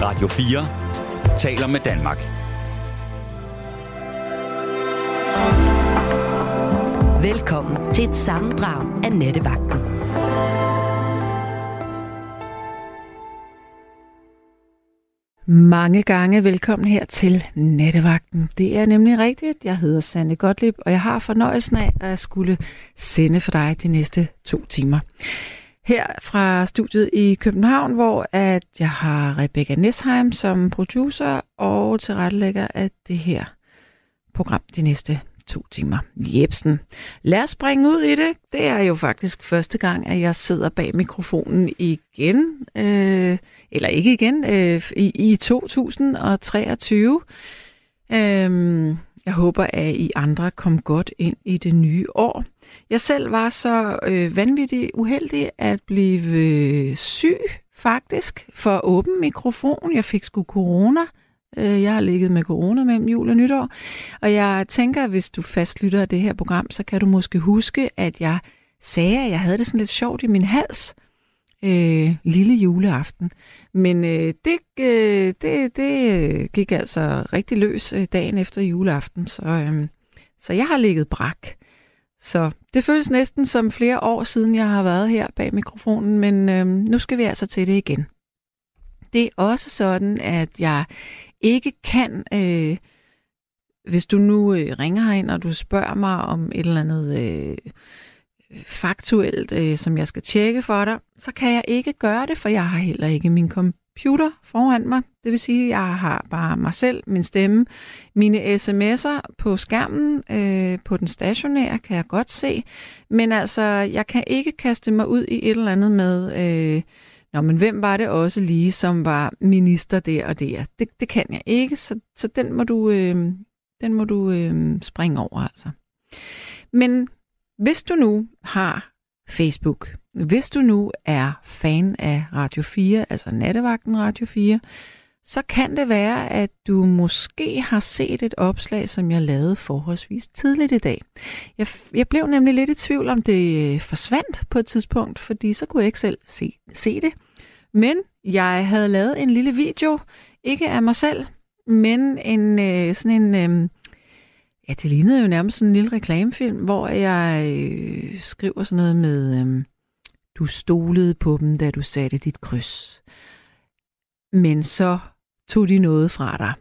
Radio 4 taler med Danmark. Velkommen til et sammendrag af Nattevagten. Mange gange velkommen her til Nattevagten. Det er nemlig rigtigt. Jeg hedder Sanne Gottlieb, og jeg har fornøjelsen af at skulle sende for dig de næste 2 timer. Her fra studiet i København, hvor at jeg har Rebecca Nesheim som producer og tilrettelægger af det her program de næste 2 timer. Jebsen. Lad os springe ud i det. Det er jo faktisk første gang, at jeg sidder bag mikrofonen igen. Eller ikke igen. I 2023. Jeg håber, at I andre kom godt ind i det nye år. Jeg selv var så vanvittigt uheldig at blive syg, faktisk, for åben mikrofon. Jeg fik sgu corona. Jeg har ligget med corona mellem jul og nytår. Og jeg tænker, hvis du fastlytter af det her program, så kan du måske huske, at jeg sagde, at jeg havde det sådan lidt sjovt i min hals. Lille juleaften. Men det gik altså rigtig løs dagen efter juleaften. Så jeg har ligget brak. Så det føles næsten som flere år siden, jeg har været her bag mikrofonen. Men nu skal vi altså til det igen. Det er også sådan, at jeg ikke kan, hvis du nu ringer herind, og du spørger mig om et eller andet faktuelt, som jeg skal tjekke for dig, så kan jeg ikke gøre det, for jeg har heller ikke min computer foran mig. Det vil sige, at jeg har bare mig selv, min stemme, mine sms'er på skærmen, på den stationære, kan jeg godt se. Men altså, jeg kan ikke kaste mig ud i et eller andet med... men hvem var det også lige, som var minister der og der? Det kan jeg ikke, så den må du springe over, altså. Men hvis du nu har Facebook, hvis du nu er fan af Radio 4, altså Nattevagten Radio 4, så kan det være, at du måske har set et opslag, som jeg lavede forholdsvis tidligt i dag. Jeg blev nemlig lidt i tvivl, om det forsvandt på et tidspunkt, fordi så kunne jeg ikke selv se det. Men jeg havde lavet en lille video, ikke af mig selv, men det lignede jo nærmest sådan en lille reklamefilm, hvor jeg skriver sådan noget med, du stolede på dem, da du satte dit kryds. Men så tog de noget fra dig.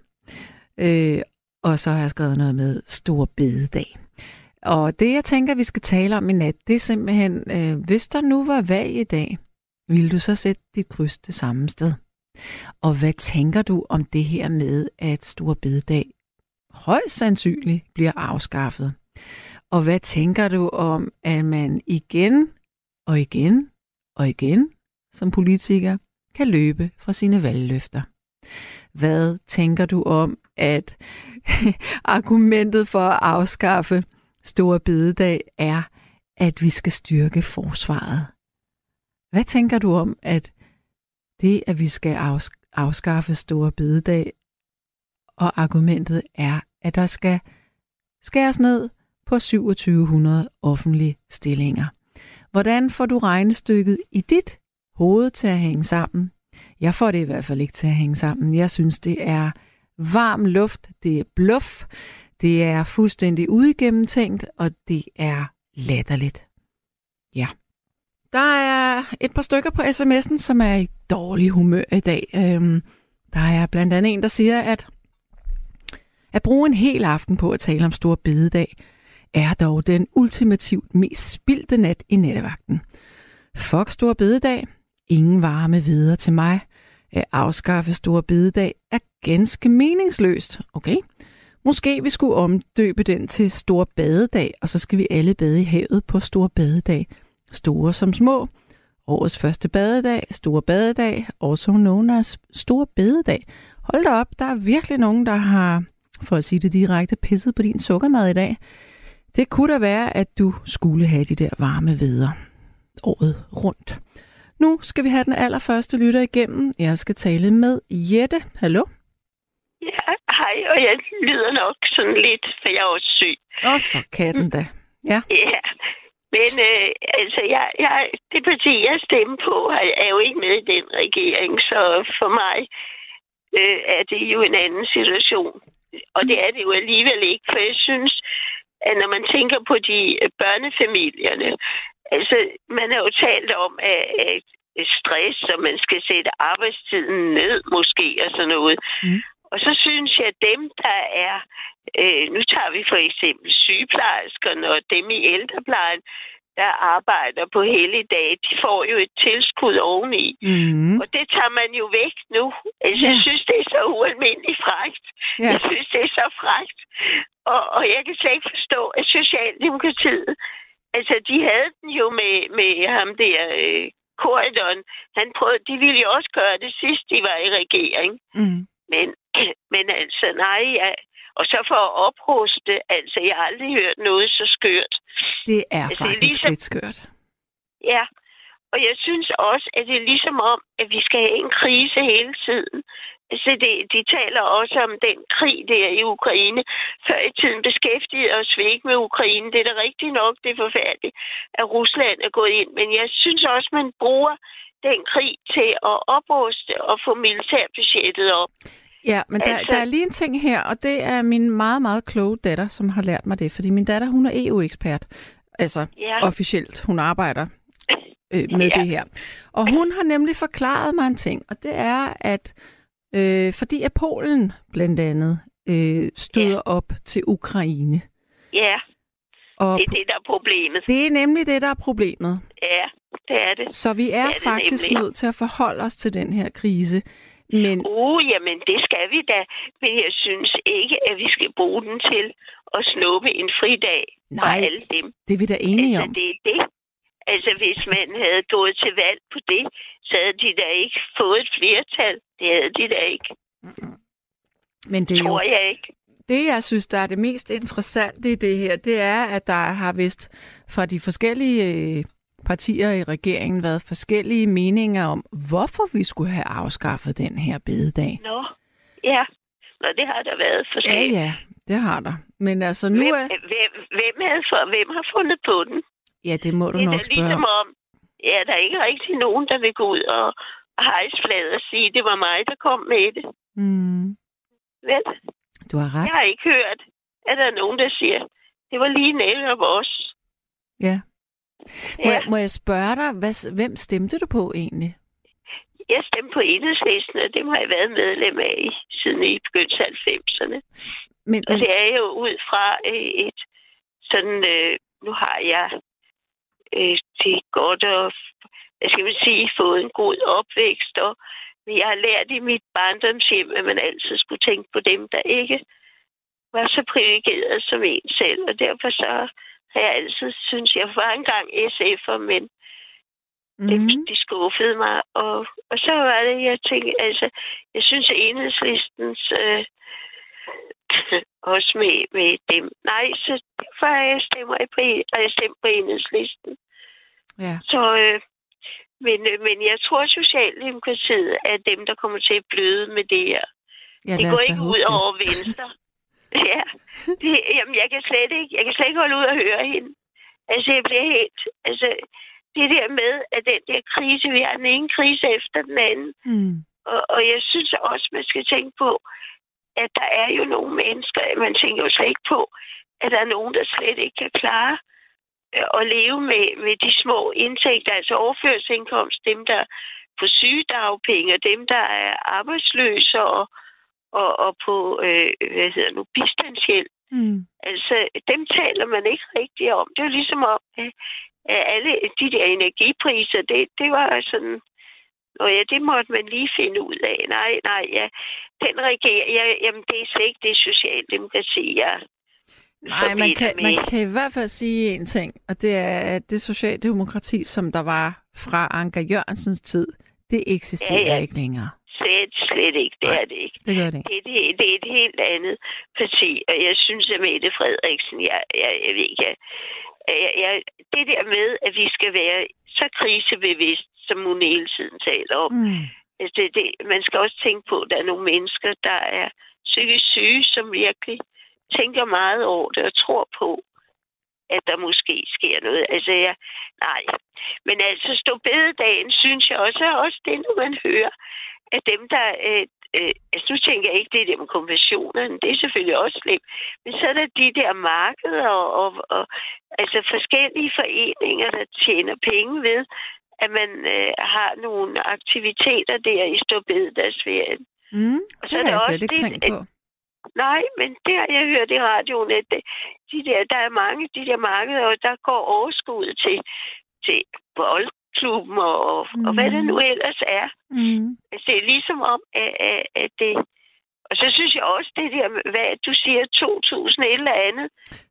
Og så har jeg skrevet noget med Store Bededag. Og det, jeg tænker, vi skal tale om i nat, det er simpelthen, hvis der nu var valg i dag, ville du så sætte dit kryds det samme sted? Og hvad tænker du om det her med, at Store Bededag højst sandsynligt bliver afskaffet? Og hvad tænker du om, at man igen og igen og igen som politiker kan løbe fra sine valgløfter? Hvad tænker du om, at argumentet for at afskaffe Store Bededag er, at vi skal styrke forsvaret? Hvad tænker du om, at det, at vi skal afskaffe Store Bededag, og argumentet er, at der skal skæres ned på 2700 offentlige stillinger? Hvordan får du regnestykket i dit hoved til at hænge sammen? Jeg får det i hvert fald ikke til at hænge sammen. Jeg synes, det er varm luft, det er bluff, det er fuldstændig uigennemtænkt, og det er latterligt. Ja. Der er et par stykker på sms'en, som er i dårlig humør i dag. Der er blandt andet en, der siger, at bruge en hel aften på at tale om Store Bededag er dog den ultimativt mest spildte nat i nattevagten. Fuck Store Bededag. Ingen varme videre til mig. At afskaffe Store Bededag er ganske meningsløst. Okay? Måske vi skulle omdøbe den til Store Badedag, og så skal vi alle bade i havet på Store Badedag. Store som små. Årets første badedag, Store Badedag, også known as Store Bededag. Hold da op, der er virkelig nogen, der har, for at sige det direkte, pisset på din sukkermad i dag. Det kunne da være, at du skulle have de der varme vædder året rundt. Nu skal vi have den allerførste lytter igennem. Jeg skal tale med Jette. Hallo? Ja, hej, og jeg lyder nok sådan lidt, for jeg er også syg. For katten da. Ja. Ja, men det parti, jeg stemmer på, er jo ikke med i den regering, så for mig er det jo en anden situation. Og det er det jo alligevel ikke, for jeg synes, at når man tænker på de børnefamilierne, altså man har jo talt om, at stress, og man skal sætte arbejdstiden ned måske og sådan noget. Og så synes jeg, at dem, der er, nu tager vi for eksempel sygeplejerskerne og dem i ældreplejen, der arbejder på helligdage, de får jo et tilskud oveni. Og det tager man jo væk nu. Altså, jeg synes, det er så ualmindeligt frækt. Jeg synes, det er så frækt. Og jeg kan slet ikke forstå, at Socialdemokratiet, altså de havde den jo med ham der, Corydon. De ville jo også gøre det sidst, de var i regering. Men altså, nej, og så for at opruste, altså, jeg har aldrig hørt noget så skørt. Det er altså, faktisk ligesom, lidt skørt. Ja, og jeg synes også, at det er ligesom om, at vi skal have en krise hele tiden. Altså, de taler også om den krig der i Ukraine. Før i tiden beskæftigede os vi ikke med Ukraine. Det er da rigtigt nok, det er forfærdeligt, at Rusland er gået ind. Men jeg synes også, man bruger den krig til at opruste og få militærbudgettet op. Ja, men der er lige en ting her, og det er min meget, meget kloge datter, som har lært mig det. Fordi min datter, hun er EU-ekspert. Altså officielt. Hun arbejder med det her. Og hun har nemlig forklaret mig en ting, og det er, at fordi at Polen blandt andet støder op til Ukraine. Ja, og det er det, der er problemet. Det er nemlig det, der er problemet. Ja, det er det. Så vi er faktisk nødt til at forholde os til den her krise. Men jamen det skal vi da. Men jeg synes ikke, at vi skal bruge den til at snuppe en fridag for alle dem. Det er vi da enige om. Det er det. Altså, hvis man havde gået til valg på det, så havde de da ikke fået et flertal. Det havde de da ikke. Men det tror jeg ikke. Det, jeg synes, der er det mest interessante i det her, det er, at der har vist fra de forskellige partier i regeringen været forskellige meninger om, hvorfor vi skulle have afskaffet den her bededag. Ja. Det har der været forskelligt. Ja, det har der. Men altså nu hvem har fundet på den? Ja, det må du nok spørge. Ligesom om, der er ikke rigtig nogen, der vil gå ud og hejse flaget og sige, det var mig, der kom med det. Vel? Du har ret. Jeg har ikke hørt, at der er nogen, der siger, det var lige netop os. Ja. Må jeg spørge dig, hvem stemte du på egentlig? Jeg stemte på Enhedslisten, og det har jeg været medlem af siden i begyndelsen af 90'erne. Og det er jo ud fra et sådan, nu har jeg det godt og, hvad skal man sige, fået en god opvækst, og jeg har lært i mit barndomshjem, at man altid skulle tænke på dem, der ikke var så privilegeret som en selv, og derfor så har jeg altid synes, jeg var engang SF'er, men de skuffede mig, og så var det, jeg tænkte, altså, jeg synes, at Enhedslistens også med dem. Nej, så derfor har jeg stemt på Enhedslisten. Ja. Så, men jeg tror, Socialdemokratiet er dem, der kommer til at bløde med det her. Ja, det går ikke ud over Venstre. Ja, jamen, jeg kan slet ikke holde ud og høre hende. Altså, jeg bliver helt, altså, det der med, at den der krise, vi har den ene krise efter den anden. Og jeg synes også, man skal tænke på, at der er jo nogle mennesker, man tænker jo slet ikke på, at der er nogen, der slet ikke kan klare at leve med de små indtægter, altså overførselsindkomst, dem der på sygedagpenge, dem der er arbejdsløse og på, bistandshjælp. Altså, dem taler man ikke rigtig om. Det er jo ligesom om, at alle de der energipriser, det var sådan, det måtte man lige finde ud af. Nej, ja. Den regering, jamen det er slet ikke det Socialdemokrati, Nej, man kan i hvert fald sige en ting, og det er, at det Socialdemokrati, som der var fra Anker Jørgensens tid, det eksisterer ikke længere. Slet ikke. Det er det ikke. Det gør det ikke. Det er et helt andet parti, og jeg synes, at Mette Frederiksen, jeg ved ikke, det der med, at vi skal være så krisebevidst, som hun hele tiden taler om. Altså man skal også tænke på, at der er nogle mennesker, der er psykisk syge, som virkelig tænker meget over det og tror på, at der måske sker noget. Altså, nej. Men altså, stå bededagen, synes jeg også det, når man hører, at dem, der altså nu tænker jeg ikke det der med konventionerne, det er selvfølgelig også slemt, men så er der de der markeder og altså forskellige foreninger, der tjener penge ved, at man har nogle aktiviteter der i Storbededagsferien. Og så det har jeg slet ikke tænkt på. Nej, men det har jeg hørt i radioen, at der er mange de der markeder, og der går overskud til boldklubben og hvad det nu ellers er. Altså, det er ligesom om, at det... Og så synes jeg også, det der, hvad du siger, 2.000 eller andet.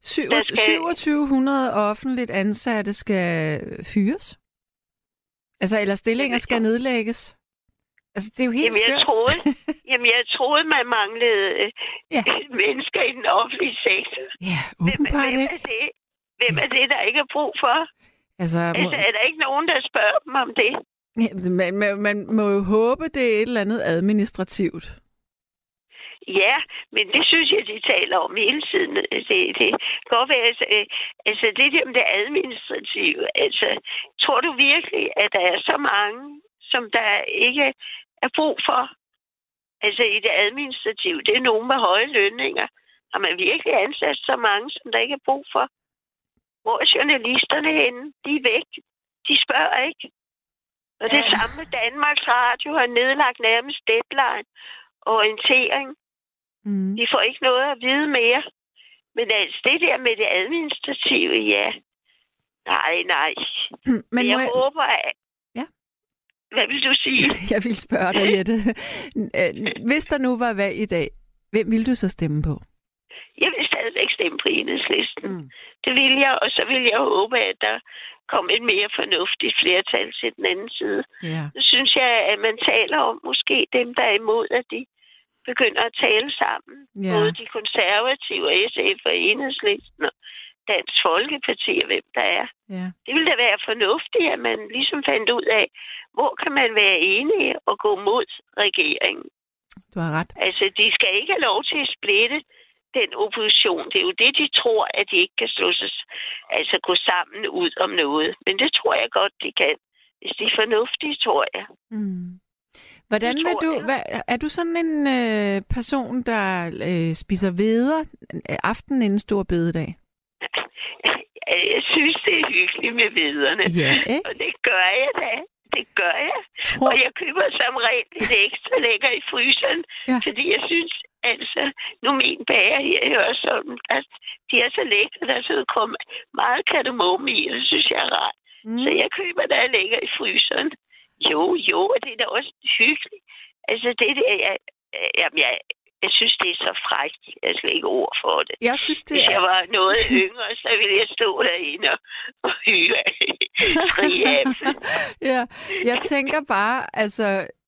2700 offentligt ansatte skal fyres? Altså, eller stillinger skal nedlægges? Altså, det er jo helt skørt. Jeg troede, man manglede mennesker i den offentlige sektor. Ja, åbenbart ikke. Hvem er det, der ikke er brug for? Altså, er der ikke nogen, der spørger dem om det? Ja, man må jo håbe, det er et eller andet administrativt. Ja, men det synes jeg, de taler om hele tiden. Det kan godt være, altså det der med det administrative. Altså, tror du virkelig, at der er så mange, som der ikke er brug for? Altså i det administrative, det er nogen med høje lønninger. Har man virkelig ansat så mange, som der ikke er brug for? Hvor er journalisterne henne? De er væk. De spørger ikke. Og det samme med Danmarks Radio har nedlagt nærmest deadline og orientering. De får ikke noget at vide mere. Men altså det der med det administrative, ja. Nej. Men jeg håber, at... Ja. Hvad vil du sige? Jeg vil spørge dig, Jette. Hvis der nu var valg i dag, hvem ville du så stemme på? Jeg vil stadigvæk stemme på Enhedslisten. Det vil jeg, og så vil jeg håbe, at der kom et mere fornuftigt flertal til den anden side. Ja. Så synes jeg, at man taler om måske dem, der er imod, at de begynder at tale sammen. Ja. Både de konservative, SF og Enhedslisten og Dansk Folkeparti og hvem der er. Ja. Det ville da være fornuftigt, at man ligesom fandt ud af, hvor kan man være enige og gå mod regeringen. Du har ret. Altså, de skal ikke have lov til at splitte den opposition. Det er jo det, de tror, at de ikke kan gå sammen ud om noget. Men det tror jeg godt, de kan. Hvis de er fornuftige, tror jeg. Hvordan vil du... er du sådan en person, der spiser hveder aften inden stor bededag? Jeg synes, det er hyggeligt med hvederne. Ja, ikke? Og det gør jeg da. Det gør jeg. Og jeg køber som regel lidt ekstra lækker i fryseren. Ja. Fordi jeg synes, altså, nu min bager her hører sådan, at de er så lækre, der så kommer meget kardemomme i, og det synes jeg er rart. Så jeg køber der lækker i fryseren. Jo, og det er da også hyggeligt. Altså, det der, jeg synes, det er så frækt. Jeg skal ikke ord for det. Jeg synes, det Hvis jeg var noget yngre, så ville jeg stå derinde og hygge friæble. Ja, jeg tænker bare, altså,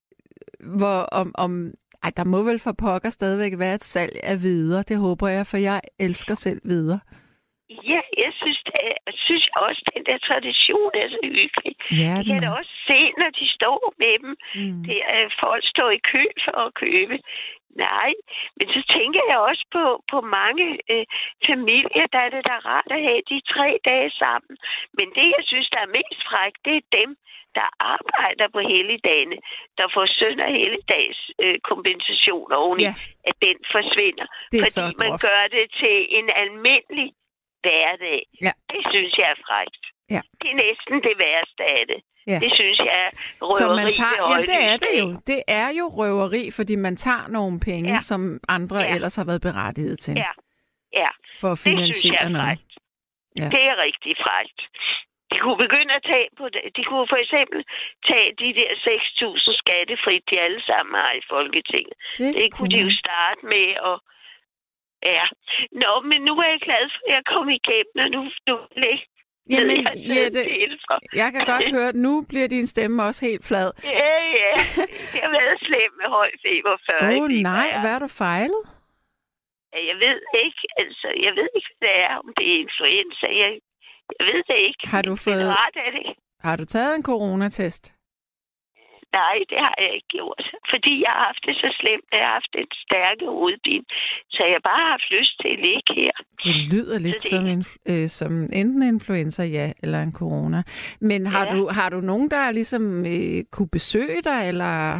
der må vel for pokker stadigvæk være et salg af hveder. Det håber jeg, for jeg elsker selv hveder. Ja, jeg synes også, at den der tradition er så hyggelig. Ja, jeg kan da også se, når de står med dem. Det er folk står i kø for at købe. Nej, men så tænker jeg også på mange familier, der er det da rart at have de 3 dage sammen. Men det, jeg synes, der er mest frækt, det er dem, der arbejder på helligdagene, der får søn- og helligdags kompensation oveni, at den forsvinder. Fordi man gør det til en almindelig hverdag. Ja. Det synes jeg er frækt. Ja. Det er næsten det værste af det. Ja. Det synes jeg er røveri. Det er det jo. Det er jo røveri, fordi man tager nogle penge, som andre ellers har været berettiget til. Ja. For at finansiere noget. Ja. Det er rigtig frækt. De kunne begynde at tage på det. De kunne for eksempel tage de der 6.000 skattefrit, de alle sammen har i Folketinget. Det kunne de jo starte med at... Ja. Nå, men nu er jeg glad for, at jeg kom igennem, og nu ikke. Jamen, Jette, jeg kan godt høre, at nu bliver din stemme også helt flad. Ja. Jeg har været slem med høj feber før. Nej, hvad har du fejlet? Jeg ved ikke, hvad det er, om det er influenza. Jeg ved det ikke. Har du taget en coronatest? Nej, det har jeg ikke gjort. Fordi jeg har haft det så slemt. Jeg har haft en stærke hovedpine. Så jeg bare har haft lyst til at ligge her. Det lyder lidt som enten influenza, eller en corona. Men har du nogen, der ligesom kunne besøge dig, eller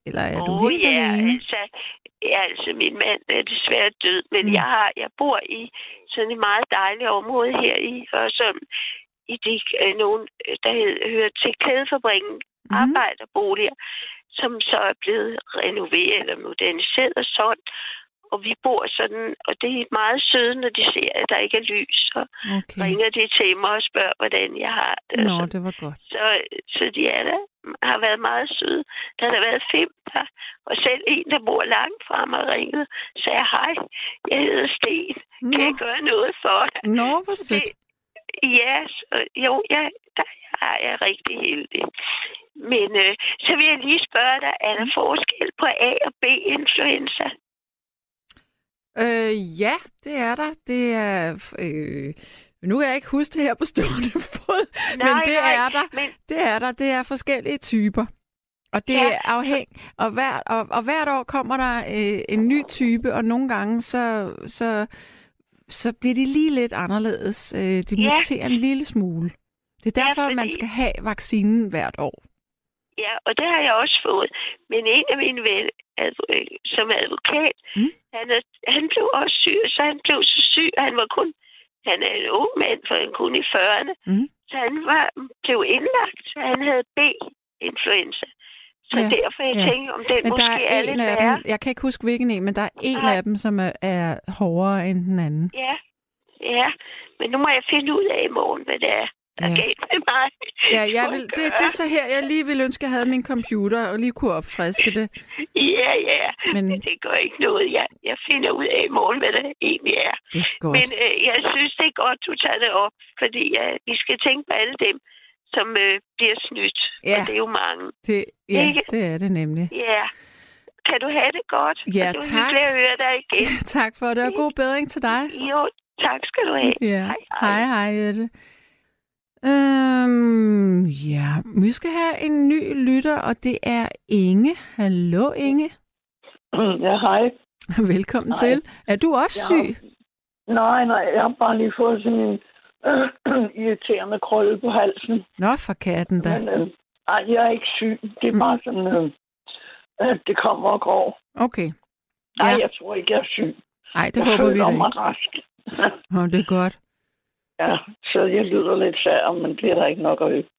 Eller er du helt alene? Altså min mand er desværre død, men jeg bor i sådan et meget dejligt område her i Hørsholm, i nogen, der hører til Klædefabrikken, arbejderboliger, som så er blevet renoveret eller moderniseret og sådan. Og vi bor sådan, og det er meget søde, når de ser, at der ikke er lys. Så ringer de til mig og spørger, hvordan jeg har det. Nå, det var godt. Så de har været meget søde. Der har været 5 der, og selv en, der bor langt fra mig, ringede og sagde, hej, jeg hedder Sten. Kan jeg gøre noget for dig? Nå, hvor sødt. Der er jeg rigtig heldig. Men så vil jeg lige spørge dig, er der forskel på A- og B-influenza? Ja, det er der. Det er... nu kan jeg ikke huske det her på stående fod, men det er der. Det er der. Det er forskellige typer. Og det er afhængigt. Og hvert år kommer der en ny type, og nogle gange så bliver de lige lidt anderledes. De muterer en lille smule. Det er derfor, man skal have vaccinen hvert år. Ja, og det har jeg også fået. Men en af mine venner, som er advokat, han blev også syg, så han blev så syg, han er en ung mand, for han kun i 40'erne. Så han blev indlagt, så han havde B-influenza. Så derfor jeg tænker, om den måske er lidt værre. Jeg kan ikke huske, hvilken en, men der er en af dem, som er hårdere end den anden. Ja, men nu må jeg finde ud af i morgen, hvad det er. Det er så her, jeg lige ville ønske, at jeg havde min computer og lige kunne opfriske det. Men det gør ikke noget. Jeg finder ud af i morgen, hvad det egentlig er. Men jeg synes, det er godt, du tager det op, fordi vi skal tænke på alle dem, som bliver snydt. Og det er jo mange. Det er det nemlig. Ja. Kan du have det godt? Ja, tak. Jeg høre dig igen. Tak for det, og god bedring til dig. Jo, tak skal du have. Ja. Hej, Jette. Vi skal have en ny lytter, og det er Inge. Hallo, Inge. Ja, hej. Velkommen til. Er du også syg? Nej, jeg har bare lige fået sådan en irriterende krølle på halsen. Nå, for katten da. Men, jeg er ikke syg. Det er bare sådan, det kommer og går. Okay. Nej, jeg tror ikke, jeg er syg. Nej, det håber vi da ikke. Jeg føler mig rask. Det er godt. Ja, så jeg lyder lidt sær, men det er der ikke nok at øve.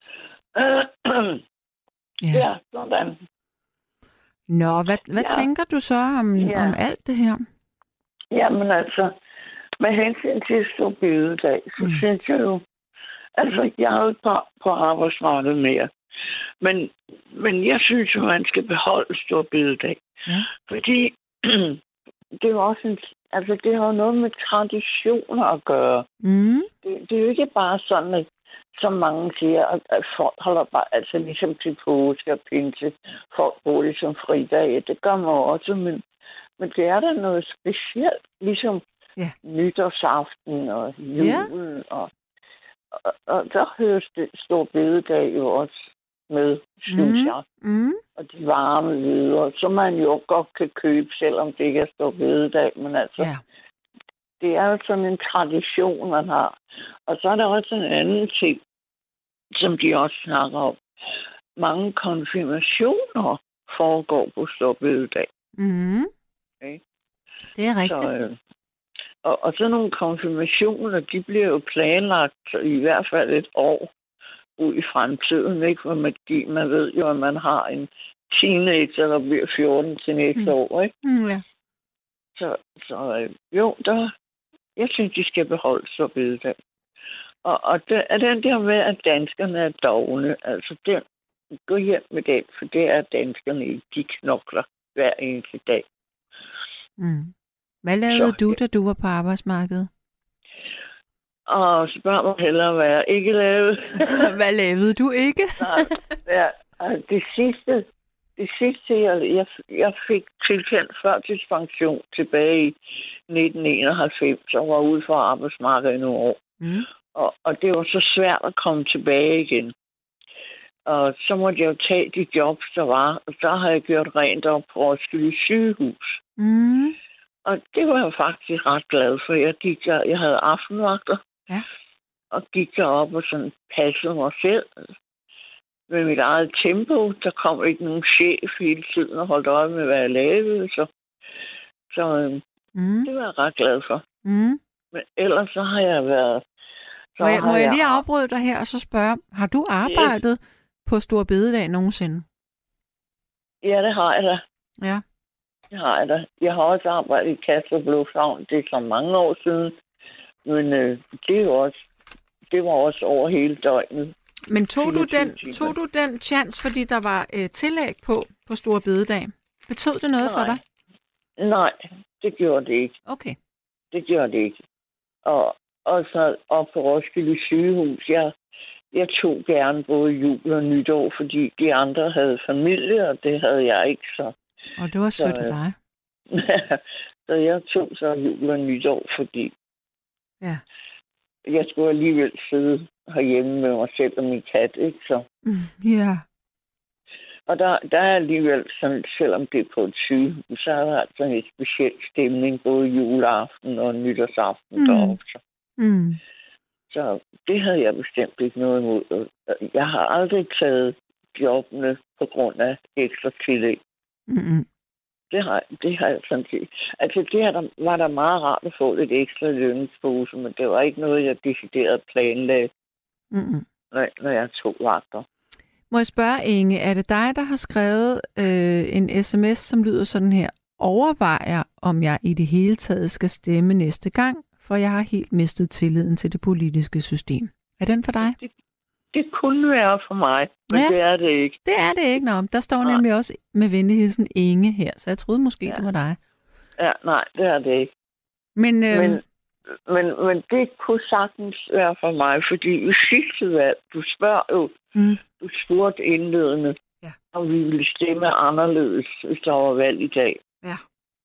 Ja, sådan. Nå, hvad tænker du så om alt det her? Jamen altså, med hensyn til store bededag, så synes jeg jo, altså jeg er jo på arbejdsmarkedet mere, men jeg synes jo, at man skal beholde store bededag. Ja. Fordi det er jo også det har jo noget med traditioner at gøre. Det er jo ikke bare sådan, at, som mange siger, at folk holder bare, altså ligesom til påske og pinse, folk bruger det som fridag. Det gør man også, men det er da noget specielt, ligesom nytårsaften og julen. Og der høres det stor bededag jo også med, synes jeg. Og de varme lyder, som man jo godt kan købe, selvom det ikke er stor bededag. Men altså, det er jo sådan en tradition, man har. Og så er der også en anden ting, som de også snakker om. Mange konfirmationer foregår på stor bededag. Okay. Det er rigtigt. Og sådan nogle konfirmationer, de bliver jo planlagt i hvert fald et år ud i fremtiden, ikke? For man ved jo, at man har en teenager, der bliver 14 til næste år, ikke? Så jeg synes, de skal beholde så bededag. Og det er den der med, at danskerne er dovne. Altså, gå hjem med den, for det er danskerne ikke. De knokler hver eneste dag. Hvad lavede du, da du var på arbejdsmarkedet? Og spørg mig hellere, hvad jeg ikke lavede. Hvad lavede du ikke? Det sidste jeg fik tilkendt førtidspension tilbage i 1991, og var ude for arbejdsmarkedet i nogle år. Og det var så svært at komme tilbage igen. Og så måtte jeg jo tage de jobs, der var. Og så har jeg gjort rent op på Roskilde sygehus. Og det var jeg faktisk ret glad for. Jeg havde aftenvagter. Og gik derop og sådan passede mig selv. med mit eget tempo. Der kom ikke nogen chef hele tiden og holdt øje med, hvad jeg lavede. Så det var jeg ret glad for. Mm. Men ellers så har jeg været... Må jeg lige afbryde dig her og så spørge, har du arbejdet på Store Bededag nogensinde? Ja, det har jeg da. Ja. Det har jeg da. Jeg har også arbejdet i Kastrup Lufthavn. Det er så mange år siden. Men det var også over hele døgnet. Men tog du den chance, fordi der var tillæg på Store Bededag? Betød det noget for dig? Nej, det gjorde det ikke. Okay. Det gjorde det ikke. Og så op på Roskilde Sygehus, jeg tog gerne både jul og nytår, fordi de andre havde familie, og det havde jeg ikke. Og det var sødt af dig. Så jeg tog så jul og nytår, fordi jeg skulle alligevel sidde herhjemme med mig selv og min kat, ikke så? Ja. Og der er alligevel sådan, selvom det er på et sygehus, så er der altså en speciel stemning, både juleaften og nytårsaften deroppe. Så det havde jeg bestemt ikke noget imod. Jeg har aldrig taget jobbene på grund af ekstra tillæg. Det har jeg sådan set. Altså, var der meget rart at få lidt ekstra lønningspose, men det var ikke noget, jeg decideret planlagde, når jeg tog vagter. Må jeg spørge, Inge, er det dig, der har skrevet en sms, som lyder sådan her? Overvejer, om jeg i det hele taget skal stemme næste gang, for jeg har helt mistet tilliden til det politiske system. Er den for dig? Det kunne være for mig, men det er det ikke. Det er det ikke, der står nemlig også med venlig hilsen Inge her, så jeg troede måske, det var dig. Ja, nej, det er det ikke. Men det kunne sagtens være for mig, fordi i sidste valg, du spurgte indledende, om vi ville stemme anderledes, hvis der var valg i dag. Ja.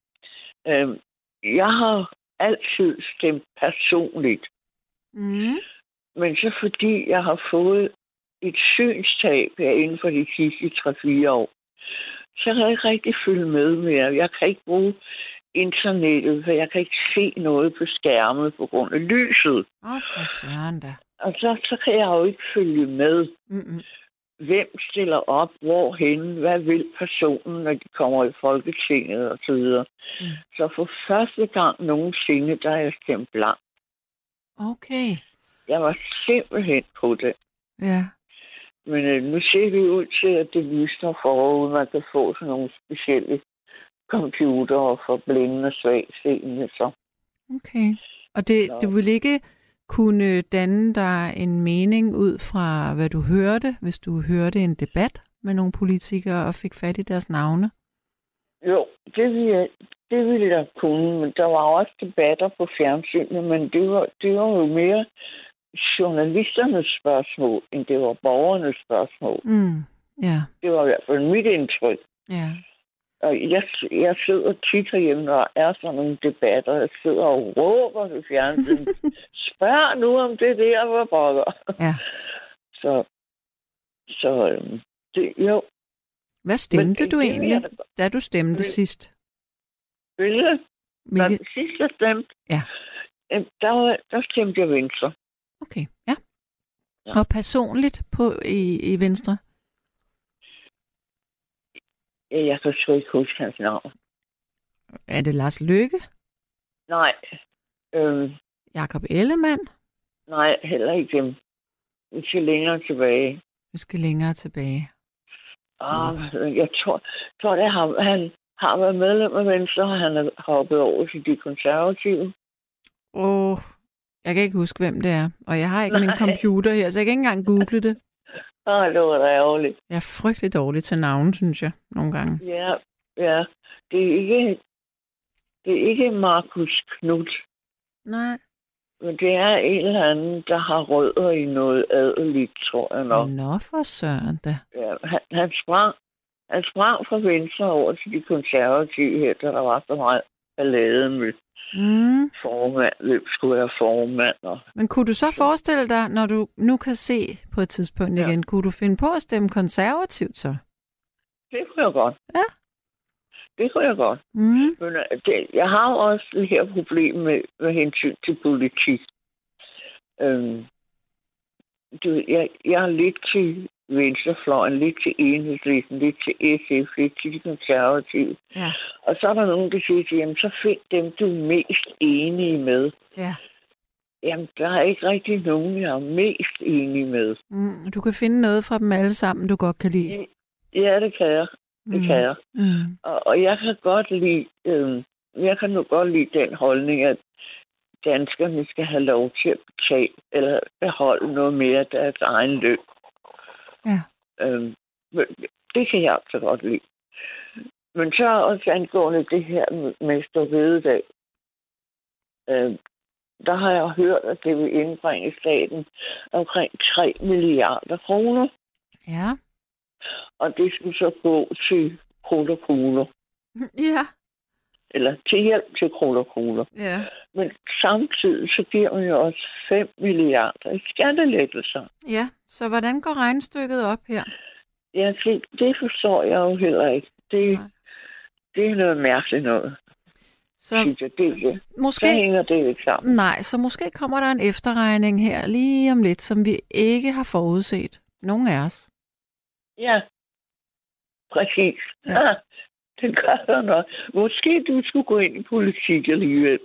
Jeg har altid stemt personligt. Men så fordi jeg har fået et synstab her inden for de sidste 3-4 år, så kan jeg ikke rigtig følge med mere. Jeg kan ikke bruge internettet, for jeg kan ikke se noget på skærmet på grund af lyset. For søren da. Og så kan jeg jo ikke følge med. Hvem stiller op, hvorhen, hvad vil personen, når de kommer i Folketinget og så videre. Så for første gang nogensinde, der er jeg stemt blank. Okay. Jeg var simpelthen på det. Ja. Men nu ser vi ud til, at det lysner forud. Man kan få sådan nogle specielle computere for blinde og svagtseende. Så. Okay. Og du vil ikke kunne danne dig en mening ud fra, hvad du hørte, hvis du hørte en debat med nogle politikere og fik fat i deres navne? Jo, det ville jeg kunne, men der var også debatter på fjernsynet, men det var jo mere journalisternes spørgsmål, end det var borgernes spørgsmål. Det var i hvert fald mit indtryk. Ja. Og jeg sidder tit herhjemme, når der er sådan nogle debatter. Jeg sidder og råber til fjernsynet. Spørg nu om det der, hvor brokker. Ja. Så det, jo. Hvad stemte du egentlig, da du stemte sidst? Hvilket? Da sidst jeg stemte? Ja. Der stemte jeg Venstre. Okay, ja. Og personligt i Venstre? Jeg kan sgu ikke huske hans navn. Er det Lars Løkke? Nej. Jakob Ellemann? Nej, heller ikke dem. Vi skal længere tilbage. Jeg tror det er han har været medlem af Venstre, og han er hoppet over til de konservative. Jeg kan ikke huske, hvem det er. Og jeg har ikke min computer her, så jeg kan ikke engang google det. Det var da ærgerligt. Jeg er frygtelig dårlig til navn, synes jeg, nogle gange. Ja. Det er ikke Markus Knudt. Nej. Men det er en eller anden, der har rødder i noget adeligt, tror jeg nok. Nå, for søren da. Ja, han sprang fra Venstre over til de konservative her, der var så meget ballade med formand, hvem skulle være formand. Men kunne du så forestille dig, når du nu kan se på et tidspunkt igen, kunne du finde på at stemme konservativt så? Det kunne jeg godt. Ja. Det kunne jeg godt. Men jeg har jo også det her problem med hensyn til politik. Jeg er lidt til venstrefløjen, lidt til Enhedslisten, lidt til SF, lidt til de konservative. Ja. Og så er der nogen, der siger til, jamen så find dem, du er mest enige med. Ja. Jamen, der er ikke rigtig nogen, jeg er mest enig med. Du kan finde noget fra dem alle sammen, du godt kan lide. Ja, det kan jeg. Det kan jeg. Og jeg kan godt lide, jeg kan nu godt lide den holdning, at danskerne skal have lov til at betale eller beholde noget mere af deres egen løn. Ja. Det kan jeg altså godt lide. Men så også angående det her med store bededag. Der har jeg hørt, at det vil indbringe staten omkring 3 milliarder kroner. Ja. Og det skulle så gå til kroner. Ja. Eller til hjælp til kroner. Ja. Men samtidig så giver man jo også 5 milliarder i skattelettelser. Ja, så hvordan går regnestykket op her? Ja, det forstår jeg jo heller ikke. Det er noget mærkeligt noget. Så måske så hænger det ikke sammen. Nej, så måske kommer der en efterregning her lige om lidt, som vi ikke har forudset. Nogen af os. Ja, præcis. Ja. Det gør der nok. Måske du skulle gå ind i politik alligevel.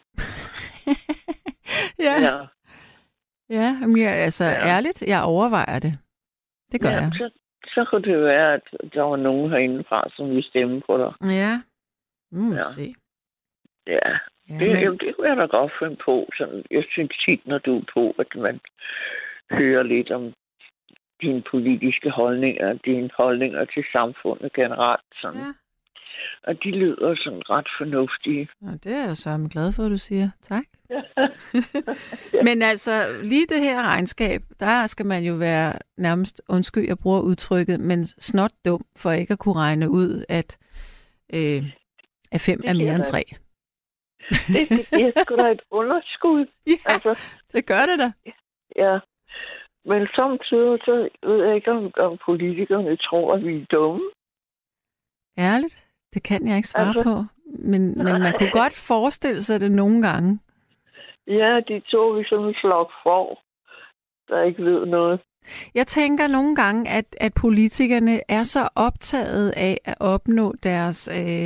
Ja. Ja, men ærligt, jeg overvejer det. Det gør jeg. Så kunne det være, at der var nogen herindefra, som ville stemme på dig. Ja. Se. Ja. Det kunne jeg da godt finde på. Sådan, jeg synes tit, når du er på, at man hører lidt om dine politiske holdninger, dine holdninger til samfundet generelt. Sådan. Ja. Og de lyder sådan ret fornuftige. Ja, det er jeg så glad for, at du siger. Tak. Men altså, lige det her regnskab, der skal man jo være nærmest, undskyld, jeg bruger udtrykket, men snot dum for ikke at kunne regne ud, at 5 er mere end 3. Det er sgu da et underskud. Ja, altså, det gør det da. Ja, men samtidig så ved jeg ikke, om politikerne tror, at vi er dumme. Ærligt? Det kan jeg ikke svare på. Men man kunne godt forestille sig det nogle gange. Ja, de tog vi som en flok får, der ikke ved noget. Jeg tænker nogle gange, at politikerne er så optaget af at opnå deres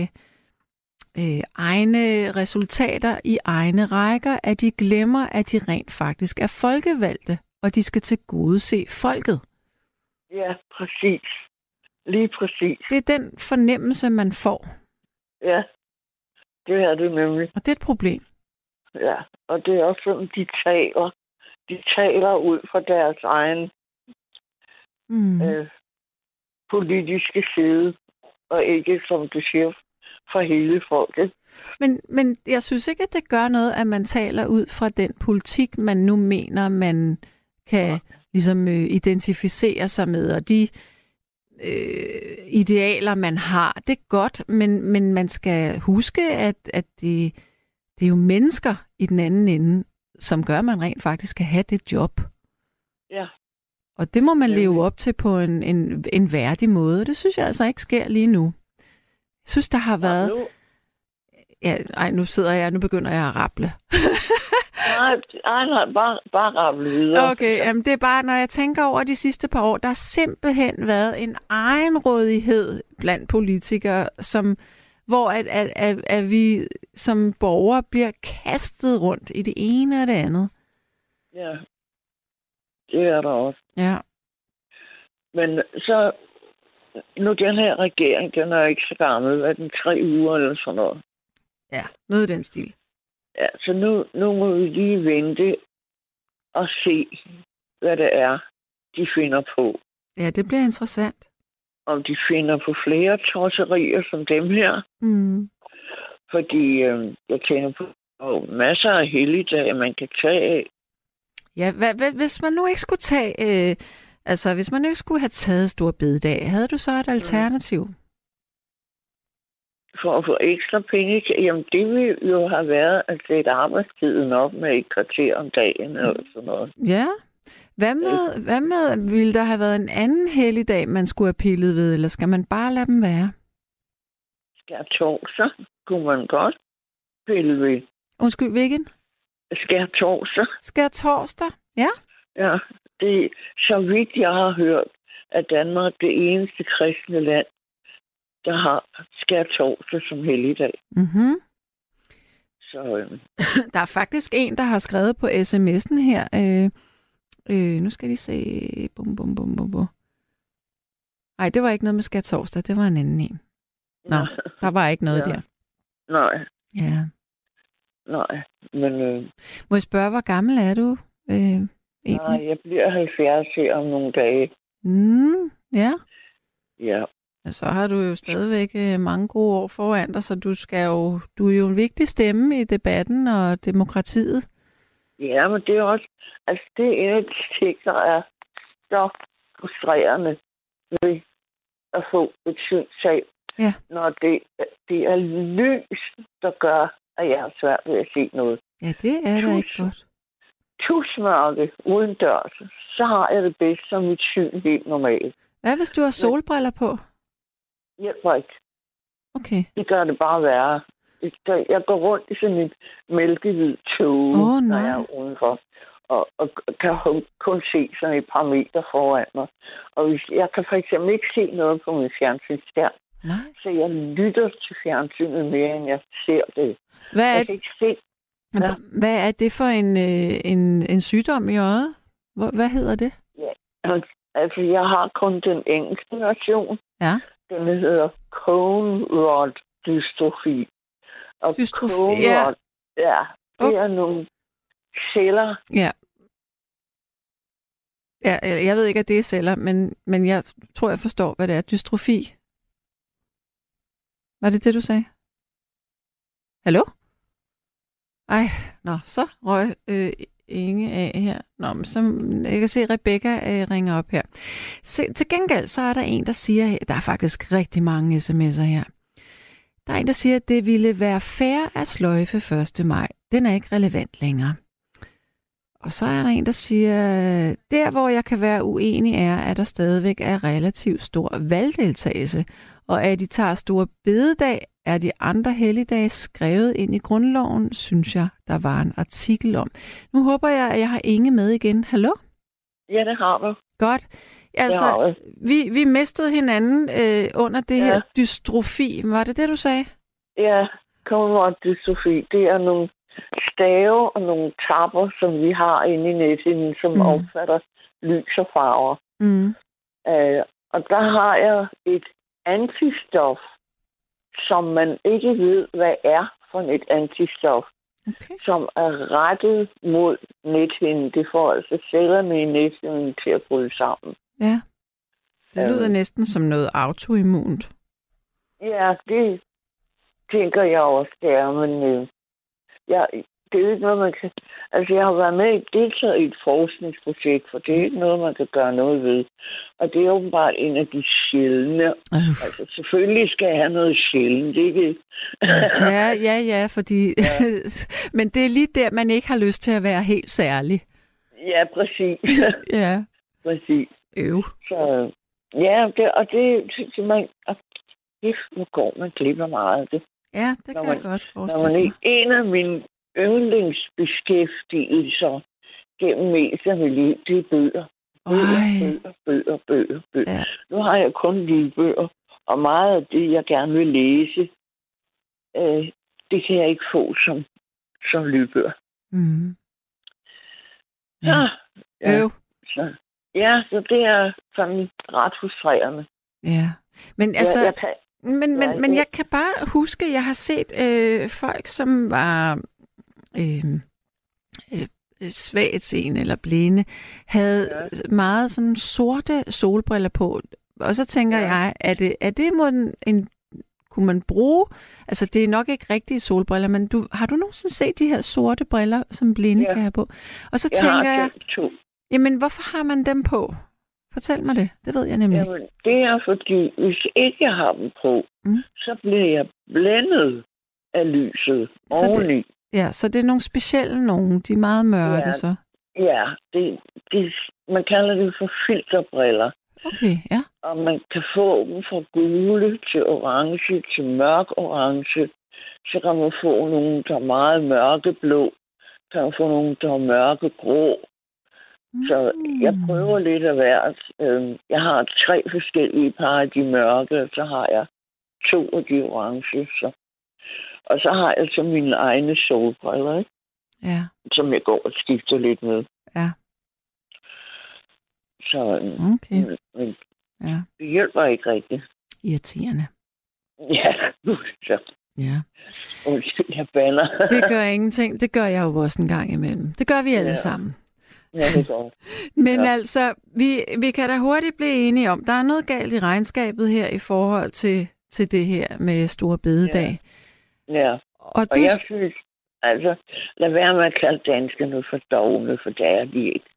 egne resultater i egne rækker, at de glemmer, at de rent faktisk er folkevalgte, og de skal tilgodese folket. Ja, præcis. Lige præcis. Det er den fornemmelse, man får. Ja, det er det nemlig. Og det er et problem. Ja, og det er også sådan, de taler. De taler ud fra deres egen politiske side, og ikke, som du siger, for hele folket. Men jeg synes ikke, at det gør noget, at man taler ud fra den politik, man nu mener, man kan ligesom identificere sig med, og de idealer, man har. Det er godt, men man skal huske, at det er jo mennesker i den anden ende, som gør, at man rent faktisk kan have det job. Ja. Og det må man leve op til på en værdig måde. Det synes jeg altså ikke sker lige nu. Jeg synes, der har været... Nu begynder jeg at raple. Nej, bare raple videre. Okay, jamen det er bare, når jeg tænker over de sidste par år, der har simpelthen været en egenrådighed blandt politikere, hvor at vi som borgere bliver kastet rundt i det ene og det andet. Ja, det er der også. Ja. Men så, nu den her regering, den er ikke så gammel, er den 3 uger eller sådan noget? Ja, noget i den stil. Ja, så nu må vi lige vente og se, hvad det er, de finder på. Ja, det bliver interessant. Om de finder på flere tosserier som dem her. Mm. Fordi jeg tænker på masser af helligdage, man kan tage af. Ja, hvis man nu ikke skulle tage... hvis man nu ikke skulle have taget store bededag, havde du så et alternativ? For at få ekstra penge, jamen det ville jo have været at sætte arbejdstiden op med et kvarter om dagen eller sådan noget. Ja. Hvad med, ville der have været en anden helligdag, man skulle have pillet ved, eller skal man bare lade dem være? Skærtorsdag kunne man godt pille ved. Undskyld, hvilken? Skærtorsdag. Skærtorsdag, ja. Ja, det så vidt jeg har hørt, er Danmark det eneste kristne land, der har skærtorsdag som helligdag. Mm-hmm. Så Der er faktisk en, der har skrevet på sms'en her. Nu skal de se. Bum, bum, bum, bum, bum. Nej, det var ikke noget med skærtorsdag. Det var en anden en. Nå, der var ikke noget der. Nej. Ja. Nej, men... Må jeg spørge, hvor gammel er du? Nej, jeg bliver 70 her om nogle dage. Ja. Ja. Så har du jo stadigvæk mange gode år foran dig, så du er jo en vigtig stemme i debatten og demokratiet. Ja, men det er også... Altså, det er en af de ting, der er så frustrerende ved at få et synstab. Ja. Når det er lys, der gør, at jeg har svært ved at se noget. Ja, det er da ikke godt. Tusmørke uden dørs, så har jeg det bedst som mit syn helt normalt. Hvad hvis du har solbriller på? Hjælper ikke. Okay. Det gør det bare værre. Jeg går rundt i sådan et mælkehvid tåge, når jeg er udenfor. Og kan kun se sådan et par meter foran mig. Og jeg kan for eksempel ikke se noget på min fjernsynsskærm. Nej. Så jeg lytter til fjernsynet mere, end jeg ser det. Jeg kan ikke se. Ja. Hvad er det for en sygdom i øjet? Hvad hedder det? Ja, altså jeg har kun den engelske version. Ja. Den hedder Cone Rod Dystrophy. Og Dystrophy, ja. Ja, det er nogle celler. Ja. Ja, jeg ved ikke, at det er celler, men jeg tror, jeg forstår, hvad det er. Dystrofi. Var det det, du sagde? Hallo? Ej, så røg Inge af her. Nå, men så, jeg kan se, at Rebecca ringer op her. Til gengæld, så er der en, der siger, der er faktisk rigtig mange sms'er her. Der er en, der siger, at det ville være fair at sløjfe 1. maj. Den er ikke relevant længere. Og så er der en, der siger, der hvor jeg kan være uenig er, at der stadigvæk er relativt stor valgdeltagelse, og at de tager store bededag, er de andre helligdage skrevet ind i grundloven, synes jeg, der var en artikel om. Nu håber jeg, at jeg har Inge med igen. Hallo? Ja, det har du. Godt. Altså, vi mistede hinanden under det her dystrofi. Var det det, du sagde? Ja, Cone dystrofi. Det er nogle stave og nogle tapper, som vi har inde i nethinden, som opfatter lys og farver. Og der har jeg et antistof, som man ikke ved, hvad er for et antistof, som er rettet mod nethinden. Det får altså cellerne i nethinden til at bryde sammen. Ja, det lyder næsten som noget autoimmunt. Ja, det tænker jeg også, det er, men det er jo ikke noget, man kan... Altså, jeg har været med i et forskningsprojekt, for det er ikke noget, man kan gøre noget ved. Og det er åbenbart en af de sjældne. Altså, selvfølgelig skal jeg have noget sjældent, ikke? Ja, fordi... Ja. Men det er lige der, man ikke har lyst til at være helt særlig. Ja, præcis. Ja. Præcis. Så, ja, nu går man glip af meget af det. Ja, det kan jeg godt forestille mig. En af mine yndlingsbeskæftigelser gennem mest af mit liv, det er bøger. Bøger. Ja. Nu har jeg kun lydbøger, og meget af det, jeg gerne vil læse, det kan jeg ikke få som lydbøger. Ja. Så det er sådan ret frustrerende. Ja, men altså... Men jeg kan bare huske, at jeg har set folk, som var svagtseende eller blinde, havde meget sådan sorte solbriller på. Og så tænker jeg, er det kunne man bruge, altså det er nok ikke rigtige solbriller, men har du nogensinde set de her sorte briller, som blinde kan have på? Og så tænker jeg, jamen hvorfor har man dem på? Fortæl mig det. Det ved jeg nemlig. Jamen, det er fordi, hvis ikke jeg har dem på, så bliver jeg blændet af lyset oveni. Så det er nogle specielle nogen. De er meget mørke, så. Ja, man kalder det for filterbriller. Okay, ja. Og man kan få dem fra gule til orange til mørk orange. Så kan man få nogle, der er meget mørkeblå. Kan man få nogle, der er mørkegrå. Så jeg prøver lidt af hvert. Jeg har 3 forskellige par af de mørke, og så har jeg 2 af de orange. Og så har jeg så mine egne solbriller, ikke? Ja. Som jeg går og skifter lidt med. Ja. Så okay. Men Ja. det hjælper ikke rigtigt. Irriterende. Ja, så. Ja. Undskyld, jeg bander. Det gør ingenting. Det gør jeg jo også en gang imellem. Det gør vi alle sammen. Ja, det er godt. Men altså, vi kan da hurtigt blive enige om, der er noget galt i regnskabet her i forhold til det her med Store Bededag. Ja. Og jeg synes, altså, lad være med at kalde danskerne for dovne, for det er de ikke.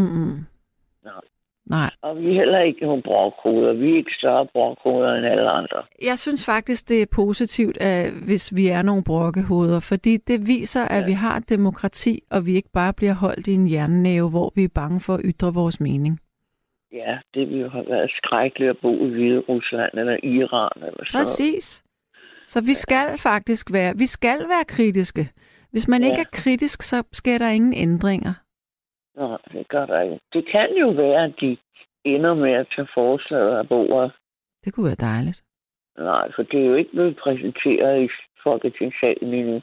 Nej. Og vi er heller ikke nogle brokhoveder. Vi er ikke større brokhoveder end alle andre. Jeg synes faktisk, det er positivt, hvis vi er nogle brokkehoveder, fordi det viser, at vi har et demokrati, og vi ikke bare bliver holdt i en jernnæve, hvor vi er bange for at ytre vores mening. Ja, det ville jo have været skrækkeligt at bo i Hvide Rusland eller Iran. Eller så. Præcis. Så vi skal faktisk være kritiske. Hvis man ikke er kritisk, så sker der ingen ændringer. Nej, det gør der ikke. Det kan jo være, at de ender med at tage forslaget af bordet. Det kunne være dejligt. Nej, for det er jo ikke blevet præsenteret i Folketingssalen endnu.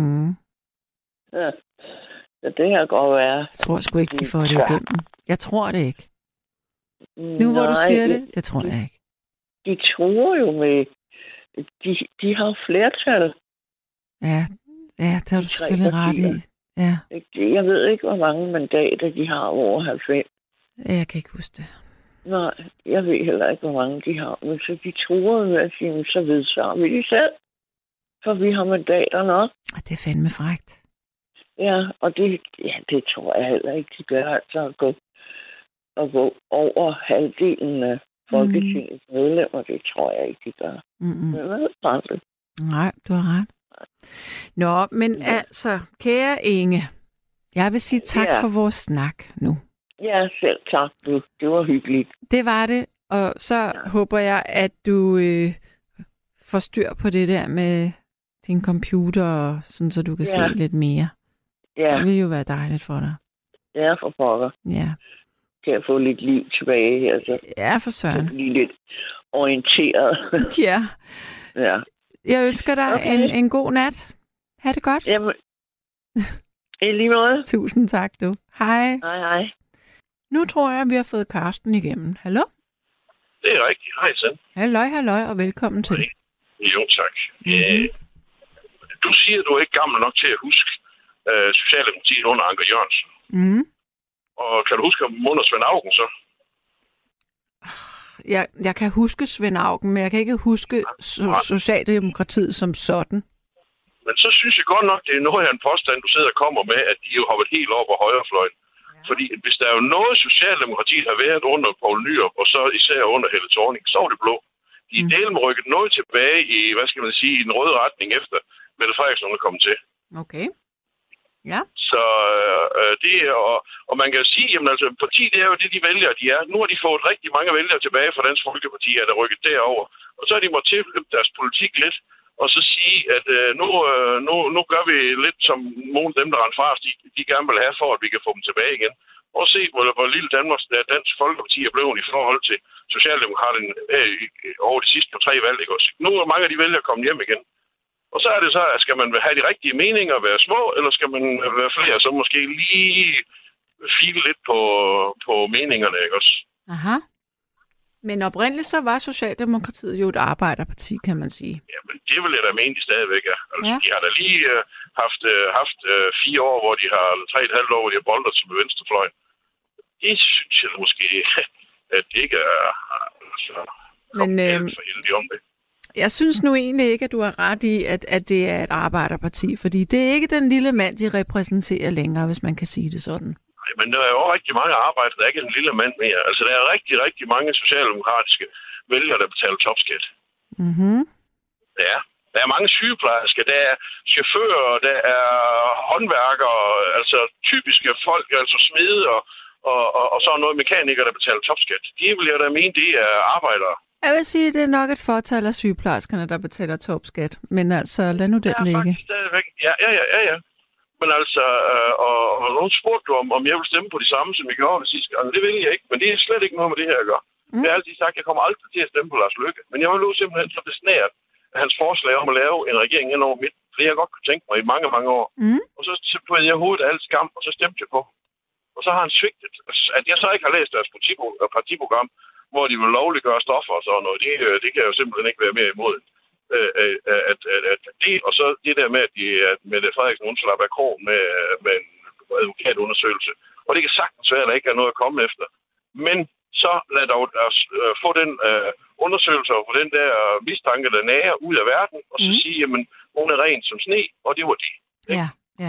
Ja. Så det her godt være. Jeg tror sgu ikke, de får det igennem. Jeg tror det ikke. Nu hvor du siger det tror jeg ikke. De tror jo med... De har flertal. Ja, det har du selvfølgelig ret i. Ja. Jeg ved ikke, hvor mange mandater de har over 90. Jeg kan ikke huske det. Nej, jeg ved heller ikke, hvor mange de har. Men så de tror med at sige, så vedtager vi de selv. For vi har mandater nok. Det er fandme frækt. Ja, og det tror jeg heller ikke, de gør. Altså at gå over halvdelen af Folketingets medlemmer, det tror jeg ikke, de gør. Men hvad er det? Nej, du har ret. Nå, men altså, kære Inge, jeg vil sige tak for vores snak nu. Ja, selv tak. Det var hyggeligt. Det var det, og så håber jeg, at du får styr på det der med din computer, sådan, så du kan se lidt mere. Ja. Det vil jo være dejligt for dig. Ja, for pokker. Ja. Kan jeg få lidt liv tilbage her, så. Ja, for søren. Blive lidt orienteret. Ja. Ja. Jeg ønsker dig en god nat. Ha' det godt. Jamen, i lige måde. Tusind tak, du. Hej. Hej. Nu tror jeg, vi har fået Karsten igennem. Hallo? Det er rigtigt. Hej, Sand. Halløj, og velkommen til. Jo, tak. Du siger, at du er ikke gammel nok til at huske Socialdemokratiet under Anker Jørgensen. Og kan du huske om under Svend Auken så? Jeg kan huske Svend Auken, men jeg kan ikke huske Socialdemokratiet som sådan. Men så synes jeg godt nok, det er noget af en påstand, du sidder og kommer med, at de jo har været helt over på højrefløjen. Ja. Fordi hvis der er jo noget, Socialdemokratiet har været under Poul Nyrup, og så især under Helle Thorning, så er det blå. De er delen rykket noget tilbage i, i den røde retning efter Mette Frederiksen er kommet til. Okay. Ja. Så det er, og man kan jo sige, jamen altså, parti, det er jo det, de vælger, de er. Nu har de fået rigtig mange vælgere tilbage fra Dansk Folkeparti, der rykket derover. Og så har de måttet tilflytte deres politik lidt, og så sige, at nu gør vi lidt som nogle af dem, der rent fra os, de gerne vil have, for at vi kan få dem tilbage igen. Og se, hvor lille Dansk Folkeparti er blevet i forhold til Socialdemokraterne over de sidste 3 valg. Ikke også? Nu er mange af de vælgere kommet hjem igen. Og så er det så, at skal man have de rigtige meninger og være små, eller skal man være flere, så måske lige file lidt på meningerne, ikke også? Aha. Men oprindeligt så var Socialdemokratiet jo et arbejderparti, kan man sige. Ja, men det vil jeg da mene, de stadigvæk er. Altså, de har da lige haft 4 år, hvor de har 3,5 år, hvor de har boldet til venstrefløjen. Det synes jeg måske, at det ikke er for heldig om det. Jeg synes nu egentlig ikke, at du har ret i, at det er et arbejderparti, fordi det er ikke den lille mand, de repræsenterer længere, hvis man kan sige det sådan. Nej, men der er jo rigtig mange arbejdere, der ikke er en lille mand mere. Altså, der er rigtig, rigtig mange socialdemokratiske vælgere, der betaler topskat. Ja. Der er mange sygeplejersker, der er chauffører, der er håndværkere, altså typiske folk, altså smede og så noget mekanikere, der betaler topskat. De vil jeg da mene, det er arbejdere. Jeg vil sige, at det er nok et fortal af sygeplejerskerne, der betaler topskat. Men altså, lad nu den ligge. Stadigvæk. Ja. Men altså, og nogen spurgte du, om jeg vil stemme på de samme, som jeg gjorde sidste gang. Det vil jeg ikke, men det er slet ikke noget med det her at gøre. Jeg har altid sagt, at jeg kommer aldrig til at stemme på Lars Løkke. Men jeg var jo simpelthen så besnæret af hans forslag om at lave en regering hen over midt. Det jeg godt kunne tænke mig i mange, mange år. Og så tog jeg hovedet af alt skam, og så stemte jeg på. Og så har han svigtet. At jeg så ikke har læst deres partiprogram, hvor de vil lovliggøre stoffer og sådan noget, det kan jeg jo simpelthen ikke være mere imod. At det, og så det der med, at Mette Frederiksen undslapper af krog med en advokatundersøgelse. Og det kan sagtens være, at der ikke er noget at komme efter. Men så lad dog os få den undersøgelse og få den der mistanke, der nager ud af verden, og så sige, jamen, hun er ren som sne, og det var det. Ja.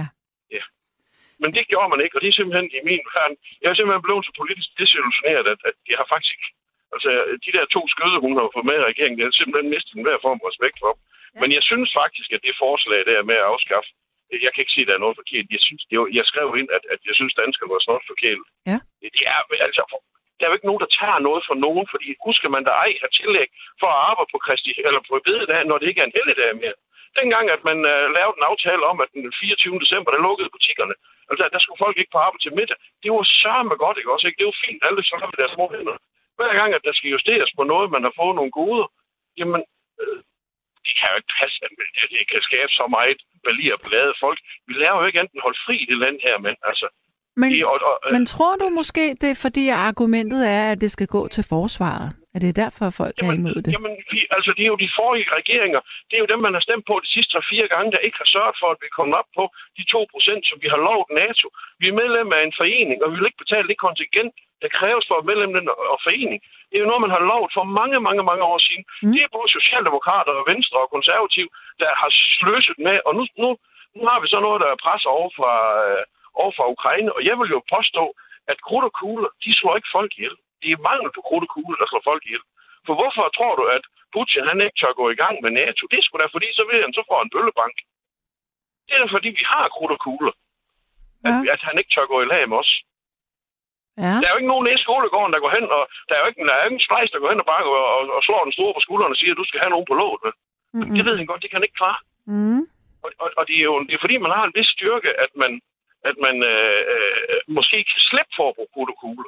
Men det gjorde man ikke, og det er simpelthen i min verden. Jeg er simpelthen blevet så politisk desillusioneret, at jeg har faktisk... Altså, de der 2 skøde, hun har fået med i regeringen, det er simpelthen mistet enhver form for respekt for. Ja. Men jeg synes faktisk, at det forslag der med at afskaffe, jeg kan ikke sige, at der er noget forkert. Jeg skrev ind, at jeg synes, danskerne var snart forkert. Ja. Det er altså... Der er jo ikke nogen, der tager noget for nogen, fordi husker man, der ej har tillæg for at arbejde på eller på bededag, når det ikke er en helligdag mere. Dengang, at man lavede en aftale om, at den 24. december, der lukkede butikkerne. Altså, der skulle folk ikke på arbejde til middag. Det var sørme godt, ikke også? Ikke? Det var fint, alle så har vi deres små hænder. Hver gang, at der skal justeres på noget, man har fået nogle goder, jamen, det kan jo ikke passe, at det kan skabe så meget balir og ballade folk. Vi laver jo ikke enten holde fri i det land her, men altså... Men tror du måske, det er fordi, at argumentet er, at det skal gå til forsvaret? Er det derfor, folk er imod det? Jamen, altså, det er jo de forrige regeringer. Det er jo dem, man har stemt på de sidste 3-4 gange, der ikke har sørget for, at vi kommer op på de 2%, som vi har lovet NATO. Vi er medlem af en forening, og vi vil ikke betale det kontingent, der kræves for at medlem den forening. Det er jo noget, man har lovet for mange, mange, mange år siden. Det er både socialdemokrater og venstre og konservativ, der har sløset med, og nu har vi så noget, der er pres over fra Ukraine, og jeg vil jo påstå, at krudt og kugler, de slår ikke folk ihjel. Det er mangel på krudt og kugler, der slår folk ihjel. For hvorfor tror du, at Putin han ikke tør gå i gang med NATO? Det er sgu da fordi, så vil han så få en bøllebank. Det er da fordi, vi har krudt og kugler. At han ikke tør gå i lag med os. Ja. Der er jo ikke nogen i skolegården, der går hen, og der er jo ikke en splejs, der går hen og bare og slår den store på skulderen og siger, at du skal have nogen på låget. Det ved han godt, det kan han ikke klare. Og det er fordi, man har en vis styrke, at man måske kan slippe for at bruge krudt og kugler.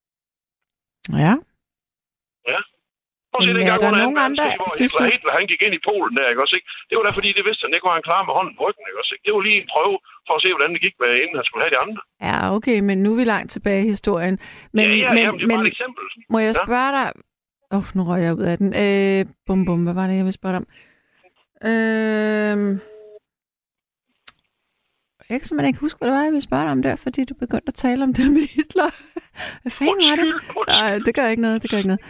Ja. Ja. Men er der nogen andre, synes du? Hitler, han gik ind i Polen der, ikke også, ikke? Det var da fordi, det vidste han ikke, var han klar med hånden på ryggen, ikke også, ikke? Det var lige en prøve for at se, hvordan det gik med, inden han skulle have de andre. Ja, okay, men nu er vi langt tilbage i historien. Men, det er bare et eksempel. Må jeg spørge dig... nu røg jeg ud af den. Hvad var det, jeg ville spørge dig om? Jeg kan simpelthen ikke huske, hvad det var, jeg ville spørge dig om der, fordi du begyndte at tale om det med Hitler. Hvad fanden var det? Nej, det gør ikke noget.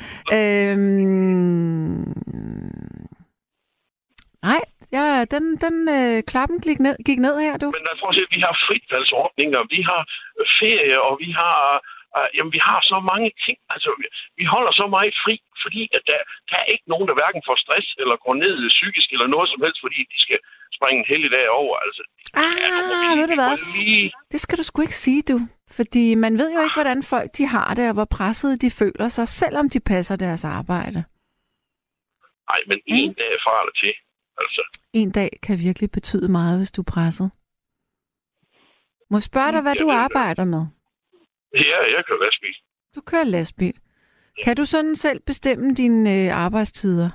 Nej, den klappen gik ned her, du. Men lad os se, vi har fritvalgsordninger, vi har ferie, og vi har... vi har så mange ting. Altså, vi holder så meget fri, fordi at der er ikke nogen, der hverken får stress eller går ned psykisk eller noget som helst, fordi de skal springe en helligdag over. Altså, ved du hvad? Det skal du sgu ikke sige, du. Fordi man ved jo ikke, hvordan folk de har det, og hvor pressede de føler sig, selvom de passer deres arbejde. Nej, men en dag fra eller til. Altså. En dag kan virkelig betyde meget, hvis du er presset. Må jeg spørge dig, hvad du arbejder med? Ja, jeg kører lastbil. Du kører lastbil. Ja. Kan du sådan selv bestemme dine arbejdstider?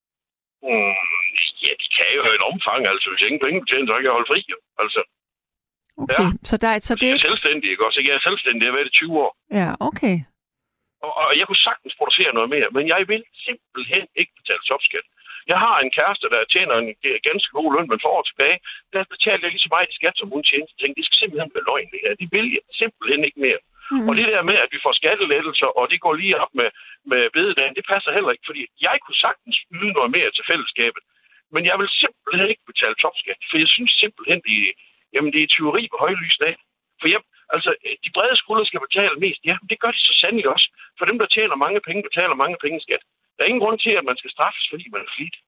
Ja, de kan jo have et omfang. Altså, hvis ingen penge betjener, så kan jeg holde fri. Altså. Okay, ja. Så det er ikke... selvstændig, ikke også? Jeg er selvstændig, jeg har været i 20 år. Ja, okay. Og jeg kunne sagtens producere noget mere, men jeg vil simpelthen ikke betale topskat. Jeg har en kæreste, der tjener en ganske god løn, men for år tilbage, der betalte jeg lige så meget i skat, som hun tjente. Jeg tænkte, det skal simpelthen være løgn, det her. De vil jeg simpelthen ikke mere. Og det der med, at vi får skattelettelser, og det går lige op med bededagen, det passer heller ikke, fordi jeg kunne sagtens yde noget mere til fællesskabet. Men jeg vil simpelthen ikke betale topskat, for jeg synes simpelthen, det er tyveri på højlys dag. For de brede skuldre skal betale mest. Ja, det gør de så sandelig også. For dem, der tjener mange penge, betaler mange penge i skat. Der er ingen grund til, at man skal straffes, fordi man er flit.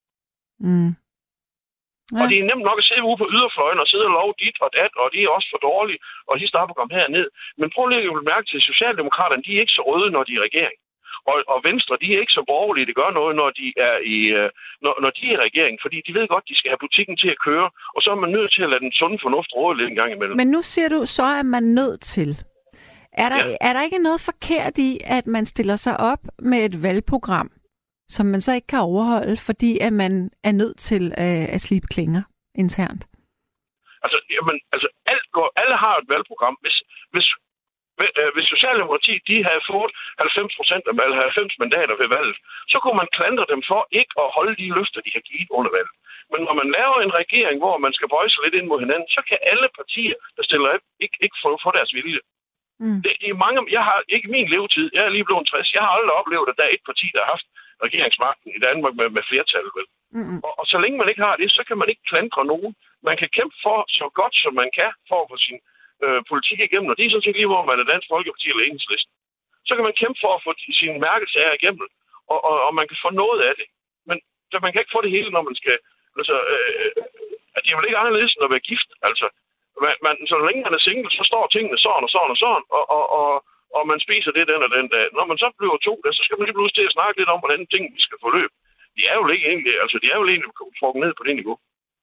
Ja. Og det er nemt nok at sidde ude på yderfløjen og sidde og love dit og dat, og det er også for dårligt, og de starter på at komme herned. Men prøv lige at mærke til, at Socialdemokraterne, de er ikke så røde, når de er i regering. Og Venstre, de er ikke så borgerlige, det gør noget, når de er når de er i regeringen, fordi de ved godt, de skal have butikken til at køre, og så er man nødt til at lade den sunde fornuft råde lidt en gang imellem. Men nu siger du så, at man er nødt til. Er der ikke noget forkert i, at man stiller sig op med et valgprogram, som man så ikke kan overholde, fordi at man er nødt til at slibe klinger internt? Altså, alle har et valgprogram. Hvis Socialdemokratiet de havde fået 90% eller 90 mandater ved valget, så kunne man klandre dem for ikke at holde de løfter, de har givet under valget. Men når man laver en regering, hvor man skal bøje sig lidt ind mod hinanden, så kan alle partier, der stiller op, ikke få deres vilje. Jeg har ikke min levetid. Jeg er lige blevet 60. Jeg har aldrig oplevet, at der er et parti, der har haft regeringsmagten i Danmark med flertal. Og så længe man ikke har det, så kan man ikke klandre nogen. Man kan kæmpe for så godt, som man kan, for at få sin politik igennem. Og det er sådan set lige, hvor man er Dansk Folkeparti eller Enhedslisten. Så kan man kæmpe for at få sine mærkesager igennem, og man kan få noget af det. Men man kan ikke få det hele, når man skal... det er vel ikke anderledes end at være gift, altså. Så længe man er single, så står tingene sådan og sådan og sådan, og man spiser det den og den dag. Når man så bliver 2, så skal man lige pludselig til at snakke lidt om, hvordan tingene skal forløbe. De er jo egentlig trukket ned på det niveau.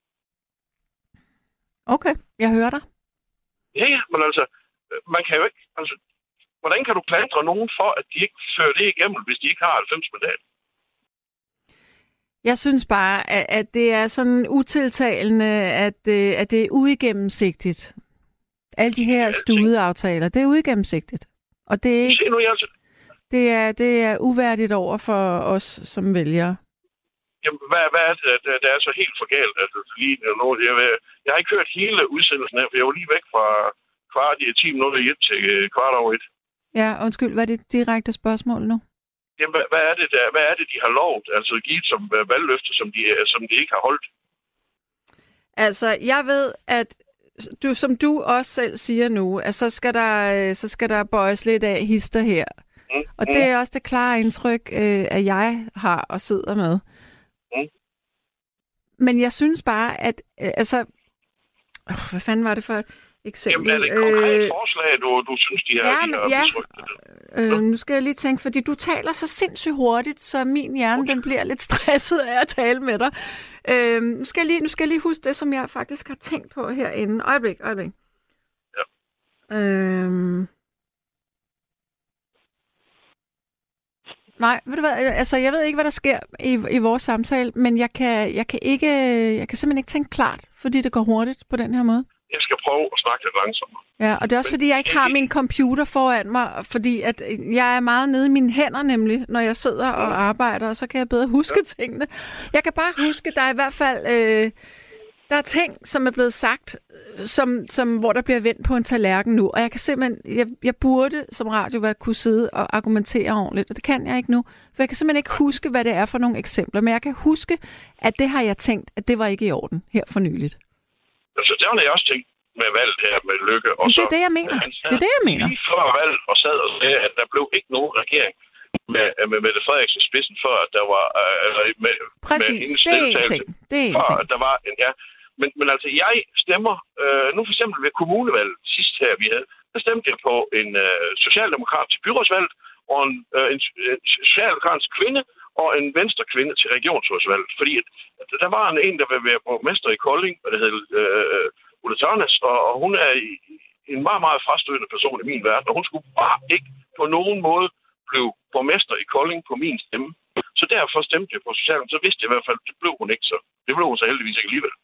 Okay, jeg hører dig. Ja, men altså, man kan jo ikke... Altså, hvordan kan du klandre nogen for, at de ikke fører det igennem, hvis de ikke har 90 mandater? Jeg synes bare, at det er sådan utiltalende, at det er uigennemsigtigt. Alle de her studeaftaler, det er uigennemsigtigt. Og det er ikke, det er uværdigt over for os som vælgere. Jamen, hvad er det, der er så helt for galt? Jeg har ikke hørt hele udsendelsen her, for jeg var lige væk fra 10 minutter i 1 til 1:15. Ja, undskyld, hvad er det direkte spørgsmål nu? Jamen, hvad er det, de har lovet, altså givet som valgløfte, som de ikke har holdt? Altså, jeg ved, at som du også selv siger nu, at så skal der bøjes lidt af hister her. Og det er også det klare indtryk, at jeg har og sidder med. Men jeg synes bare, at hvad fanden var det for et eksempel? Jamen, er det et konkret forslag, du synes, de har nu skal jeg lige tænke, fordi du taler så sindssygt hurtigt, så min hjerne den bliver lidt stresset af at tale med dig. Nu skal jeg lige huske det, som jeg faktisk har tænkt på herinde. Øjeblik. Ja. Nej, ved du hvad? Altså, jeg ved ikke, hvad der sker i vores samtale, men jeg kan simpelthen ikke tænke klart, fordi det går hurtigt på den her måde. Jeg skal prøve at snakke lidt langsommere. Ja, og det er også fordi, jeg ikke har min computer foran mig, fordi at jeg er meget nede i mine hænder nemlig, når jeg sidder og arbejder, og så kan jeg bedre huske tingene. Jeg kan bare huske, der er i hvert fald der er ting, som er blevet sagt, hvor der bliver vendt på en tallerken nu, og jeg kan simpelthen, jeg burde som radio kunne sidde og argumentere ordentligt, og det kan jeg ikke nu, for jeg kan simpelthen ikke huske, hvad det er for nogle eksempler, men jeg kan huske, at det har jeg tænkt, at det var ikke i orden her for nyligt. Altså, det har jeg også tænkt med valget her med Løkke. Og det er det, jeg mener. Lige før valget og sad og sagde, at der blev ikke nogen regering med Mette Frederiksen spidsen, før at der var... Præcis, det er en ting. At der var men altså, jeg stemmer... nu for eksempel ved kommunevalget sidst her, vi havde, der stemte jeg på en socialdemokrat til byrådsvalget, og en socialdemokratisk kvinde, og en venstre kvinde til regionsrådsvalget. Fordi der var en, der ville være borgmester i Kolding, og det hed Ulla Tørnes, og hun er en meget, meget frastødende person i min verden, og hun skulle bare ikke på nogen måde blive borgmester i Kolding på min stemme. Så derfor stemte jeg på Socialdemokratiet, så vidste jeg i hvert fald, det blev hun ikke så. Det blev hun så heldigvis ikke alligevel.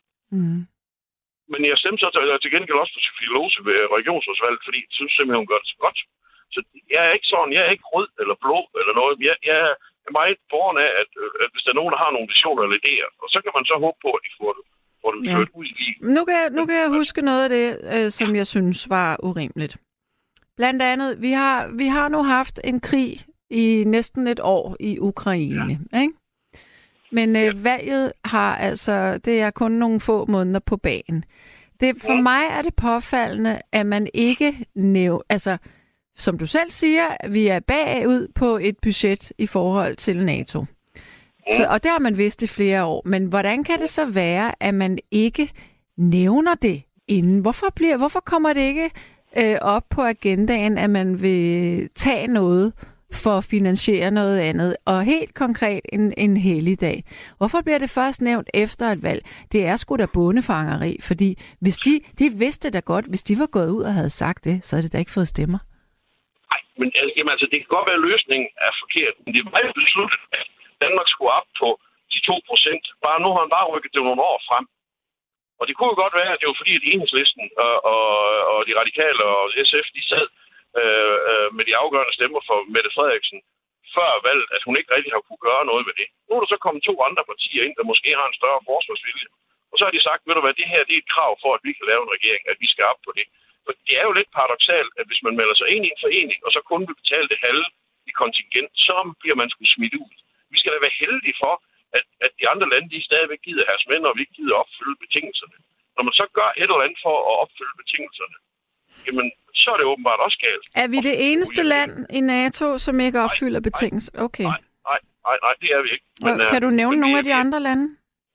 Men jeg stemte så til gengæld også på Sofie Lose ved regionsrådsvalget, fordi jeg synes simpelthen, hun gør det så godt. Så jeg er ikke sådan, jeg er ikke rød eller blå eller noget. Jeg er meget foran af, at hvis der er nogen, der har nogle visioner eller idéer, og så kan man så håbe på, at de får det ført ud i livet. Nu kan jeg huske noget af det, som jeg synes var urimeligt. Blandt andet, vi har nu haft en krig i næsten et år i Ukraine, ikke? Men valget har altså, det er kun nogle få måneder på bagen. For mig er det påfaldende, at man ikke altså, som du selv siger, vi er bagud på et budget i forhold til NATO. Og det har man vidst i flere år. Men hvordan kan det så være, at man ikke nævner det inden? Hvorfor kommer det ikke op på agendaen, at man vil tage noget for at finansiere noget andet, og helt konkret en helligdag. Hvorfor bliver det først nævnt efter et valg? Det er sgu da bondefangeri, fordi hvis de vidste da godt, hvis de var gået ud og havde sagt det, så havde det da ikke fået stemmer. Nej, men altså, det kan godt være, at løsningen er forkert, men det var jo besluttet, at Danmark skulle op på de 2%. Nu har han bare rykket det nogle år frem. Og det kunne jo godt være, at det var fordi, at Enhedslisten og de radikale og SF, de sad med de afgørende stemmer for Mette Frederiksen før valget, at hun ikke rigtig har kunne gøre noget ved det. Nu er der så kommet 2 andre partier ind, der måske har en større forsvarsvilje. Og så har de sagt, ved du hvad, det her det er et krav for, at vi kan lave en regering, at vi skal op på det. For det er jo lidt paradoksalt, at hvis man melder sig ind i en forening, og så kun vil betale det halve i kontingent, så bliver man sgu smidt ud. Vi skal da være heldige for, at de andre lande, de stadigvæk gider have med, når vi ikke gider opfylde betingelserne. Når man så gør et eller andet for at opfylde betingelserne, jamen, så er det åbenbart også galt. Er vi det eneste land i NATO, som ikke opfylder betingelser? Okay. Nej, det er vi ikke. Men, kan du nævne nogle af de andre lande?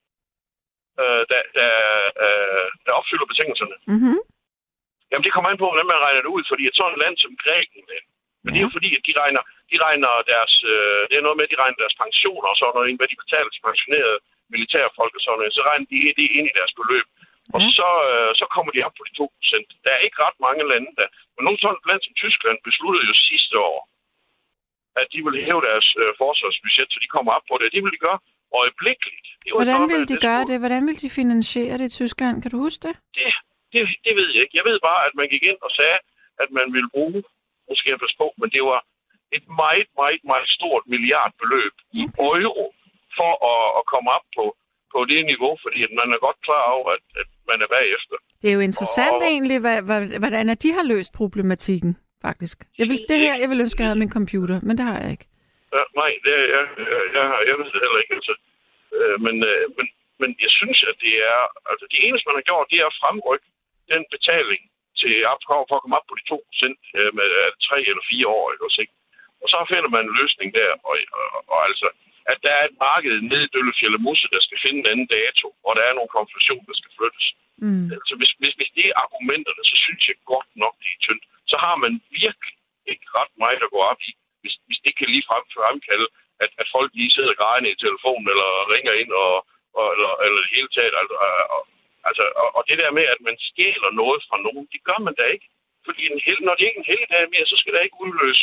Der opfylder betingelserne? Mm-hmm. Jamen, det kommer an på, hvordan man regner det ud, fordi et sådan land som Grækenland, men det er jo fordi, at de regner deres, det er noget med, at de regner deres pensioner og sådan noget, hvad de betaler til pensionerede militærfolk og sådan noget, så regner de det ind i deres beløb. Og så kommer de op på de 2%. Der er ikke ret mange lande, der... Men nogle sådan land som Tyskland besluttede jo sidste år, at de ville hæve deres forsvarsbudget, så de kommer op på det. Det vil de gøre øjeblikkeligt. Hvordan vil de gøre det? Hvordan vil de finansiere det i Tyskland? Kan du huske det? Det ved jeg ikke. Jeg ved bare, at man gik ind og sagde, at man ville bruge, måske jeg passe på, men det var et meget, meget, meget stort milliardbeløb i euro for at komme op på det niveau, fordi man er godt klar over, at man er bagefter. Det er jo interessant egentlig, hvordan de har løst problematikken, faktisk. Jeg vil ønske, at jeg havde min computer, men det har jeg ikke. Nej, jeg ved det heller ikke. Altså. Men jeg synes, at det er... Altså, det eneste, man har gjort, det er at fremrykke den betaling til for at komme op på de 2% med 3 eller 4 år, ikke? Og så finder man en løsning der, og altså... at der er et marked nede i Døllefjelde-Musse, der skal finde en anden dato, og der er nogle konfirmation, der skal flyttes. Altså, hvis det er argumenterne, så synes jeg godt nok, det er tyndt. Så har man virkelig ikke ret meget at gå op i, hvis det kan lige fremkalde, at folk lige sidder grædende i telefonen, eller ringer ind, eller det hele taget. Og det der med, at man stjæler noget fra nogen, det gør man da ikke. Fordi når det ikke er en helligdag mere, så skal der ikke udløse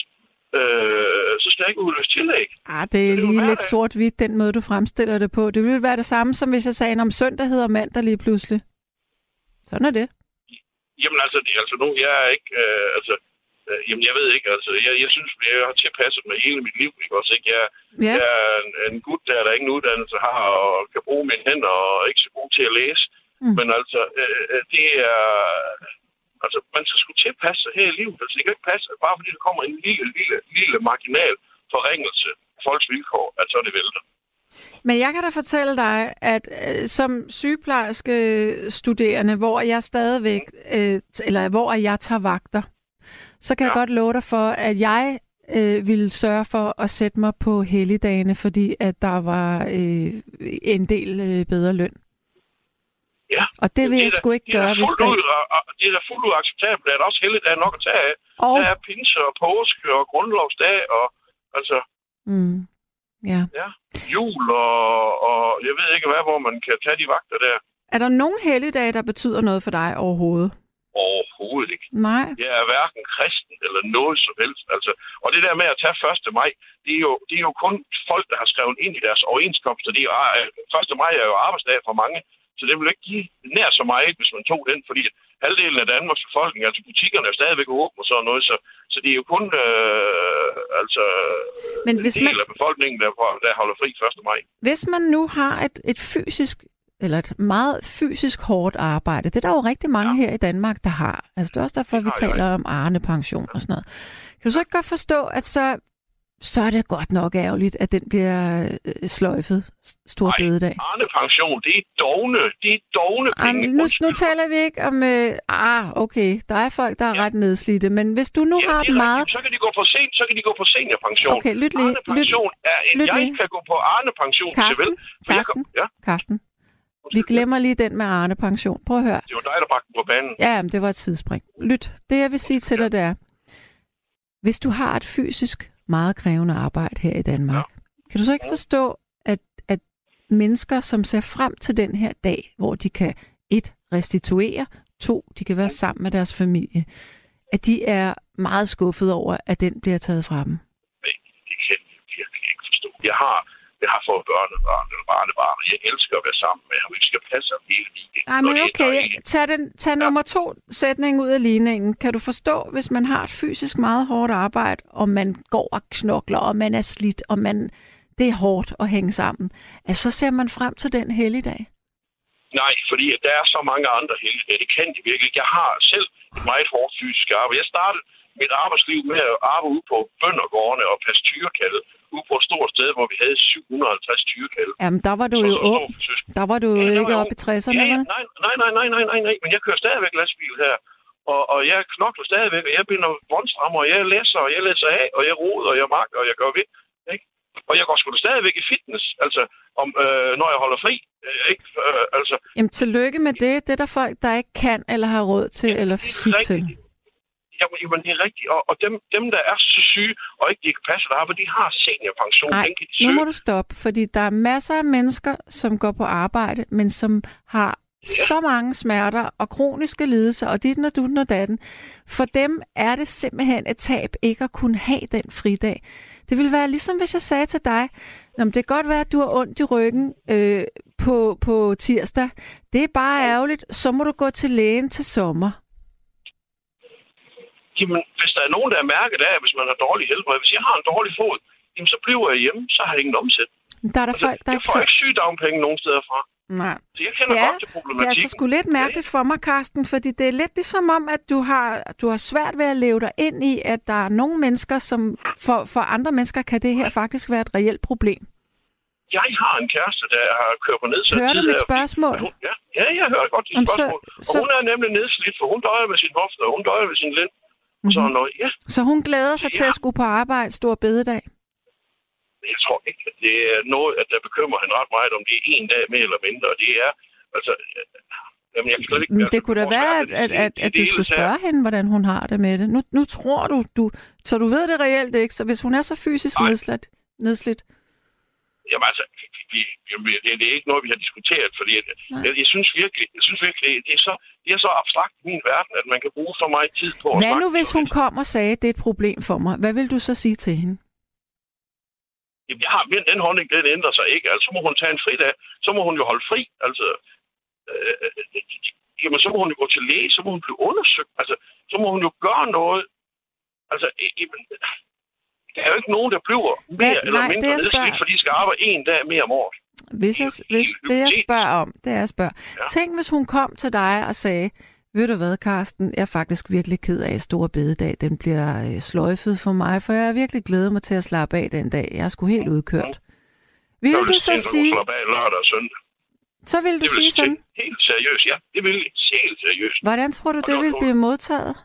tillæg. Det er lige lidt sort-hvidt, den måde, du fremstiller det på. Det ville være det samme, som hvis jeg sagde, om søndag hedder mandag lige pludselig. Sådan er det. Jamen altså nu, jeg er ikke, jamen jeg ved ikke, altså, jeg synes, jeg har tilpasset mig hele mit liv, ikke også, ikke? Jeg er en gut, der ingen uddannelse har, og kan bruge mine hænder, og ikke så god til at læse. Men altså, det er... Altså, man skal sgu tilpasse sig her i livet. Altså, det kan ikke passe, bare fordi der kommer en lille marginal forringelse af folks vilkår, at så er det vælter. Men jeg kan da fortælle dig, at som sygeplejerske studerende, hvor jeg stadigvæk, eller hvor jeg tager vagter, så kan jeg godt love dig for, at jeg ville sørge for at sætte mig på helligdagene, fordi at der var en del bedre løn. Ja. Og det vil jeg sgu ikke gøre, hvis det... Det er da fuldt ud acceptabelt. Det er også heldigt, der er nok at tage af. Der er pinse og påske og grundlovsdag og altså... Ja. Jul og jeg ved ikke hvad, hvor man kan tage de vagter der. Er der nogen helligdage, der betyder noget for dig overhovedet? Overhovedet ikke. Nej. Jeg er hverken kristen eller noget som helst. Altså, og det der med at tage 1. maj, det er jo kun folk, der har skrevet ind i deres overenskomster. 1. maj er jo arbejdsdag for mange. Så det vil ikke give nær så meget, hvis man tog den, fordi halvdelen af Danmarks befolkning, altså butikkerne, er stadigvæk åbne og sådan noget, så det er jo kun en del af befolkningen, der holder fri 1. maj. Hvis man nu har et fysisk, eller et meget fysisk hårdt arbejde, det er der jo rigtig mange her i Danmark, der har. Altså det er også derfor, vi taler om Arne-pension og sådan noget. Kan du så ikke godt forstå, at så er det godt nok ærgerligt, at den bliver sløjfet stor bededag. Arne-pension, det er dogne penge. Nu taler vi ikke om... okay, der er folk, der er ret nedslidte, men hvis du nu har dem meget... Så kan de gå på seniorpension. Okay, lyt lige. Arne-pension jeg kan gå på Arne-pension. Karsten, vi glemmer lige den med Arne-pension. Prøv at høre. Det var dig, der bragte den på banen. Ja, men det var et tidsspring. Lyt, det jeg vil sige til dig, det er, hvis du har et fysisk meget krævende arbejde her i Danmark. Ja. Kan du så ikke forstå, at mennesker, som ser frem til den her dag, hvor de kan 1. restituere, 2. de kan være sammen med deres familie, at de er meget skuffet over, at den bliver taget fra dem? Nej, det kan jeg virkelig ikke forstå. Jeg har fået børnebørn eller barnebarn, og jeg elsker at være sammen med ham. Vi skal passe ham hele weekenden. Nej, men okay. Tag nummer 2 sætning ud af ligningen. Kan du forstå, hvis man har et fysisk meget hårdt arbejde, og man går og knokler, og man er slidt, og det er hårdt at hænge sammen, at så ser man frem til den helligdag? Nej, fordi der er så mange andre helligdage. Det kan de virkelig. Jeg har selv et meget hårdt fysisk arbejde. Jeg startede mit arbejdsliv med at arbejde ude på bøndergårdene og passe tyrekalve ude på et stort sted, hvor vi havde 750 tyrekalve. Jamen, der var du jo ung. Der var du jo ikke oppe i 60'erne, vel? Nej. Men jeg kører stadigvæk lastbil her. Og jeg knokler stadigvæk, og jeg binder båndstrammer, og jeg læser, og jeg læser af, og jeg roder, og jeg magter, og jeg gør ved. Ikke? Og jeg går sgu da stadigvæk i fitness, altså når jeg holder fri. Ikke? Jamen, tillykke med det. Det er der folk, der ikke kan, eller har råd til, eller fysik til. Jamen, det er rigtigt. Og dem, der er så syge, og ikke de kan passe der arbejde, de har seniorpension. Nej, nu må du stoppe, fordi der er masser af mennesker, som går på arbejde, men som har så mange smerter og kroniske lidelser, og dit og dutten og datten. For dem er det simpelthen et tab ikke at kunne have den fridag. Det ville være ligesom, hvis jeg sagde til dig, det kan godt være, at du har ondt i ryggen på tirsdag. Det er bare ærgerligt. Så må du gå til lægen til sommer. Jamen, hvis der er nogen, der er mærket af, hvis man har dårlig helbred, hvis jeg har en dårlig fod, jamen, så bliver jeg hjemme, så har jeg ingen omsætning. Der er der folk, der jeg får ikke sygedagpenge nogen steder fra. Nej. Så jeg kender godt til problematikken. Det er altså sgu lidt mærkeligt for mig, Carsten, fordi det er lidt ligesom om, at du har svært ved at leve dig ind i, at der er nogle mennesker, som for andre mennesker kan det her faktisk være et reelt problem. Jeg har en kæreste, der har kørt på nedsat tid. Hører du mit spørgsmål? Ja, jeg hører godt dit spørgsmål. Og hun er nemlig nedslidt, for hun døjer med sin hofte, og hun døjer med sin lænd. Sådan noget. Ja. Så hun glæder sig til at skulle på arbejde stor bededag? Jeg tror ikke, at det er noget, at der bekymrer hende ret meget, om det er en dag mere eller mindre. Det er, altså... Jamen, jeg kan slet ikke... Det kunne da være, at du skulle spørge hende, hvordan hun har det med det. Nu tror du... Så du ved det reelt ikke, så hvis hun er så fysisk nedslidt... Jamen altså, det er ikke noget, vi har diskuteret, fordi jeg synes virkelig, det er så abstrakt i min verden, at man kan bruge så meget tid på... Hvad nu, hvis hun kom og sagde, at det er et problem for mig? Hvad vil du så sige til hende? Jamen, den holdning, den ændrer sig ikke. Altså, så må hun tage en fridag. Så må hun jo holde fri. Altså, jamen, så må hun jo gå til læge. Så må hun blive undersøgt. Altså, så må hun jo gøre noget. Altså, jamen, der er jo ikke nogen, der bliver mere eller mindre nedslidt, fordi de skal arbejde en dag mere om året. Hvis det, jeg spørger, ja. Tænk, hvis hun kom til dig og sagde, ved du hvad, Carsten, jeg er faktisk virkelig ked af store bededag. Den bliver sløjfet for mig, for jeg har virkelig glædet mig til at slappe af den dag. Jeg er sgu helt udkørt. Vil du så sige... lørdag og søndag. Så vil du sige sådan? Helt seriøst, ja. Det vil helt seriøst. Hvordan tror du, det vil blive modtaget?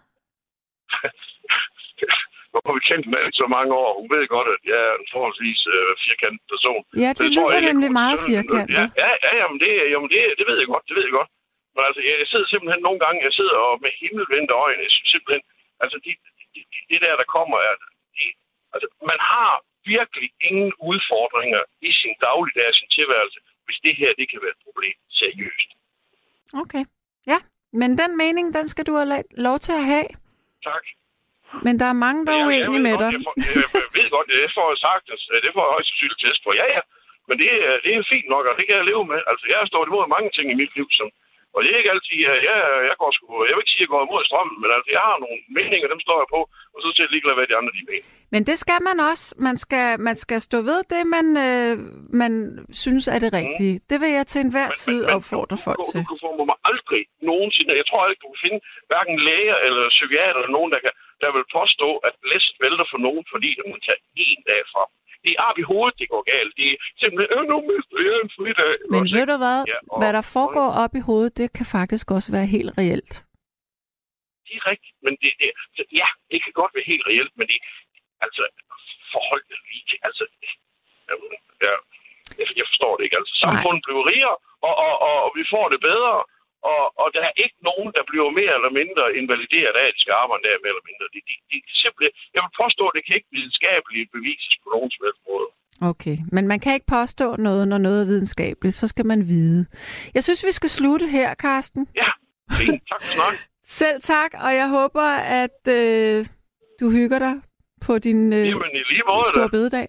Nu har vi kendt med så mange år. Hun ved godt, at jeg er en forholdsvis firkantet person. Ja, det lyder nemlig meget firkantet. Det ved jeg godt. Men altså, jeg sidder simpelthen nogle gange, og med himmelvendte øjne, jeg synes simpelthen, altså det der kommer, altså man har virkelig ingen udfordringer i sin dagligdags tilværelse, hvis det her, det kan være et problem. Seriøst. Okay, ja. Men den mening, den skal du have lov til at have. Tak. Men der er mange, der er uenige med dig. Jeg ved godt, det får jeg sagt, det får jeg højst sandsynligt test på. Ja. Men det er fint nok, og det kan jeg leve med. Altså, jeg har stået imod mange ting i mit liv, og det er ikke altid, jeg vil ikke sige, at jeg går imod strømmen, men altså, jeg har nogle meninger, dem står jeg på, og så er jeg ligeglad, hvad de andre de mener. Men det skal man også. Man skal stå ved det, man synes er det rigtige. Det vil jeg til enhver tid opfordre folk til. Du får mig aldrig nogensinde, jeg tror ikke, du kan finde hverken læger eller psykiater eller nogen, der vil påstå, at læst vælter for nogen, fordi det må tage en dag fra. Det er op i hovedet, det går galt. Det er simpelthen, nu mister jeg en fridag. Men ved du hvad? Hvad der foregår op i hovedet, det kan faktisk også være helt reelt. Det er rigtigt, men det kan godt være helt reelt, men det altså forhold det lige til, altså jeg forstår det ikke. Altså samfundet bliver rigere, og vi får det bedre, Og der er ikke nogen, der bliver mere eller mindre invalideret af, at de skal arbejde der mere eller mindre. De simpelthen, jeg vil påstå, at det kan ikke videnskabeligt bevises på nogen som helst måde. Okay, men man kan ikke påstå noget, når noget er videnskabeligt. Så skal man vide. Jeg synes, vi skal slutte her, Carsten. Ja, fint. Tak for snakken. Selv tak, og jeg håber, at du hygger dig på din store bededag.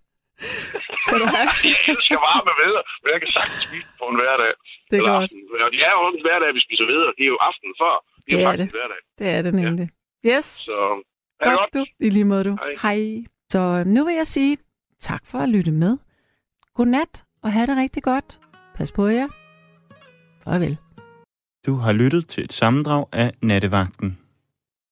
Jeg elsker varme vædder, men jeg kan sagtens spise på en hverdag. Det er godt. Aften. Og det er jo en hverdag, vi spiser vædder. Det er jo aften før. Det er faktisk hverdag. Det er det nemlig. Ja. Yes. Så godt du. I lige måde du. Hej. Så nu vil jeg sige tak for at lytte med. Godnat, og have det rigtig godt. Pas på jer. Farvel. Du har lyttet til et sammendrag af Nattevagten.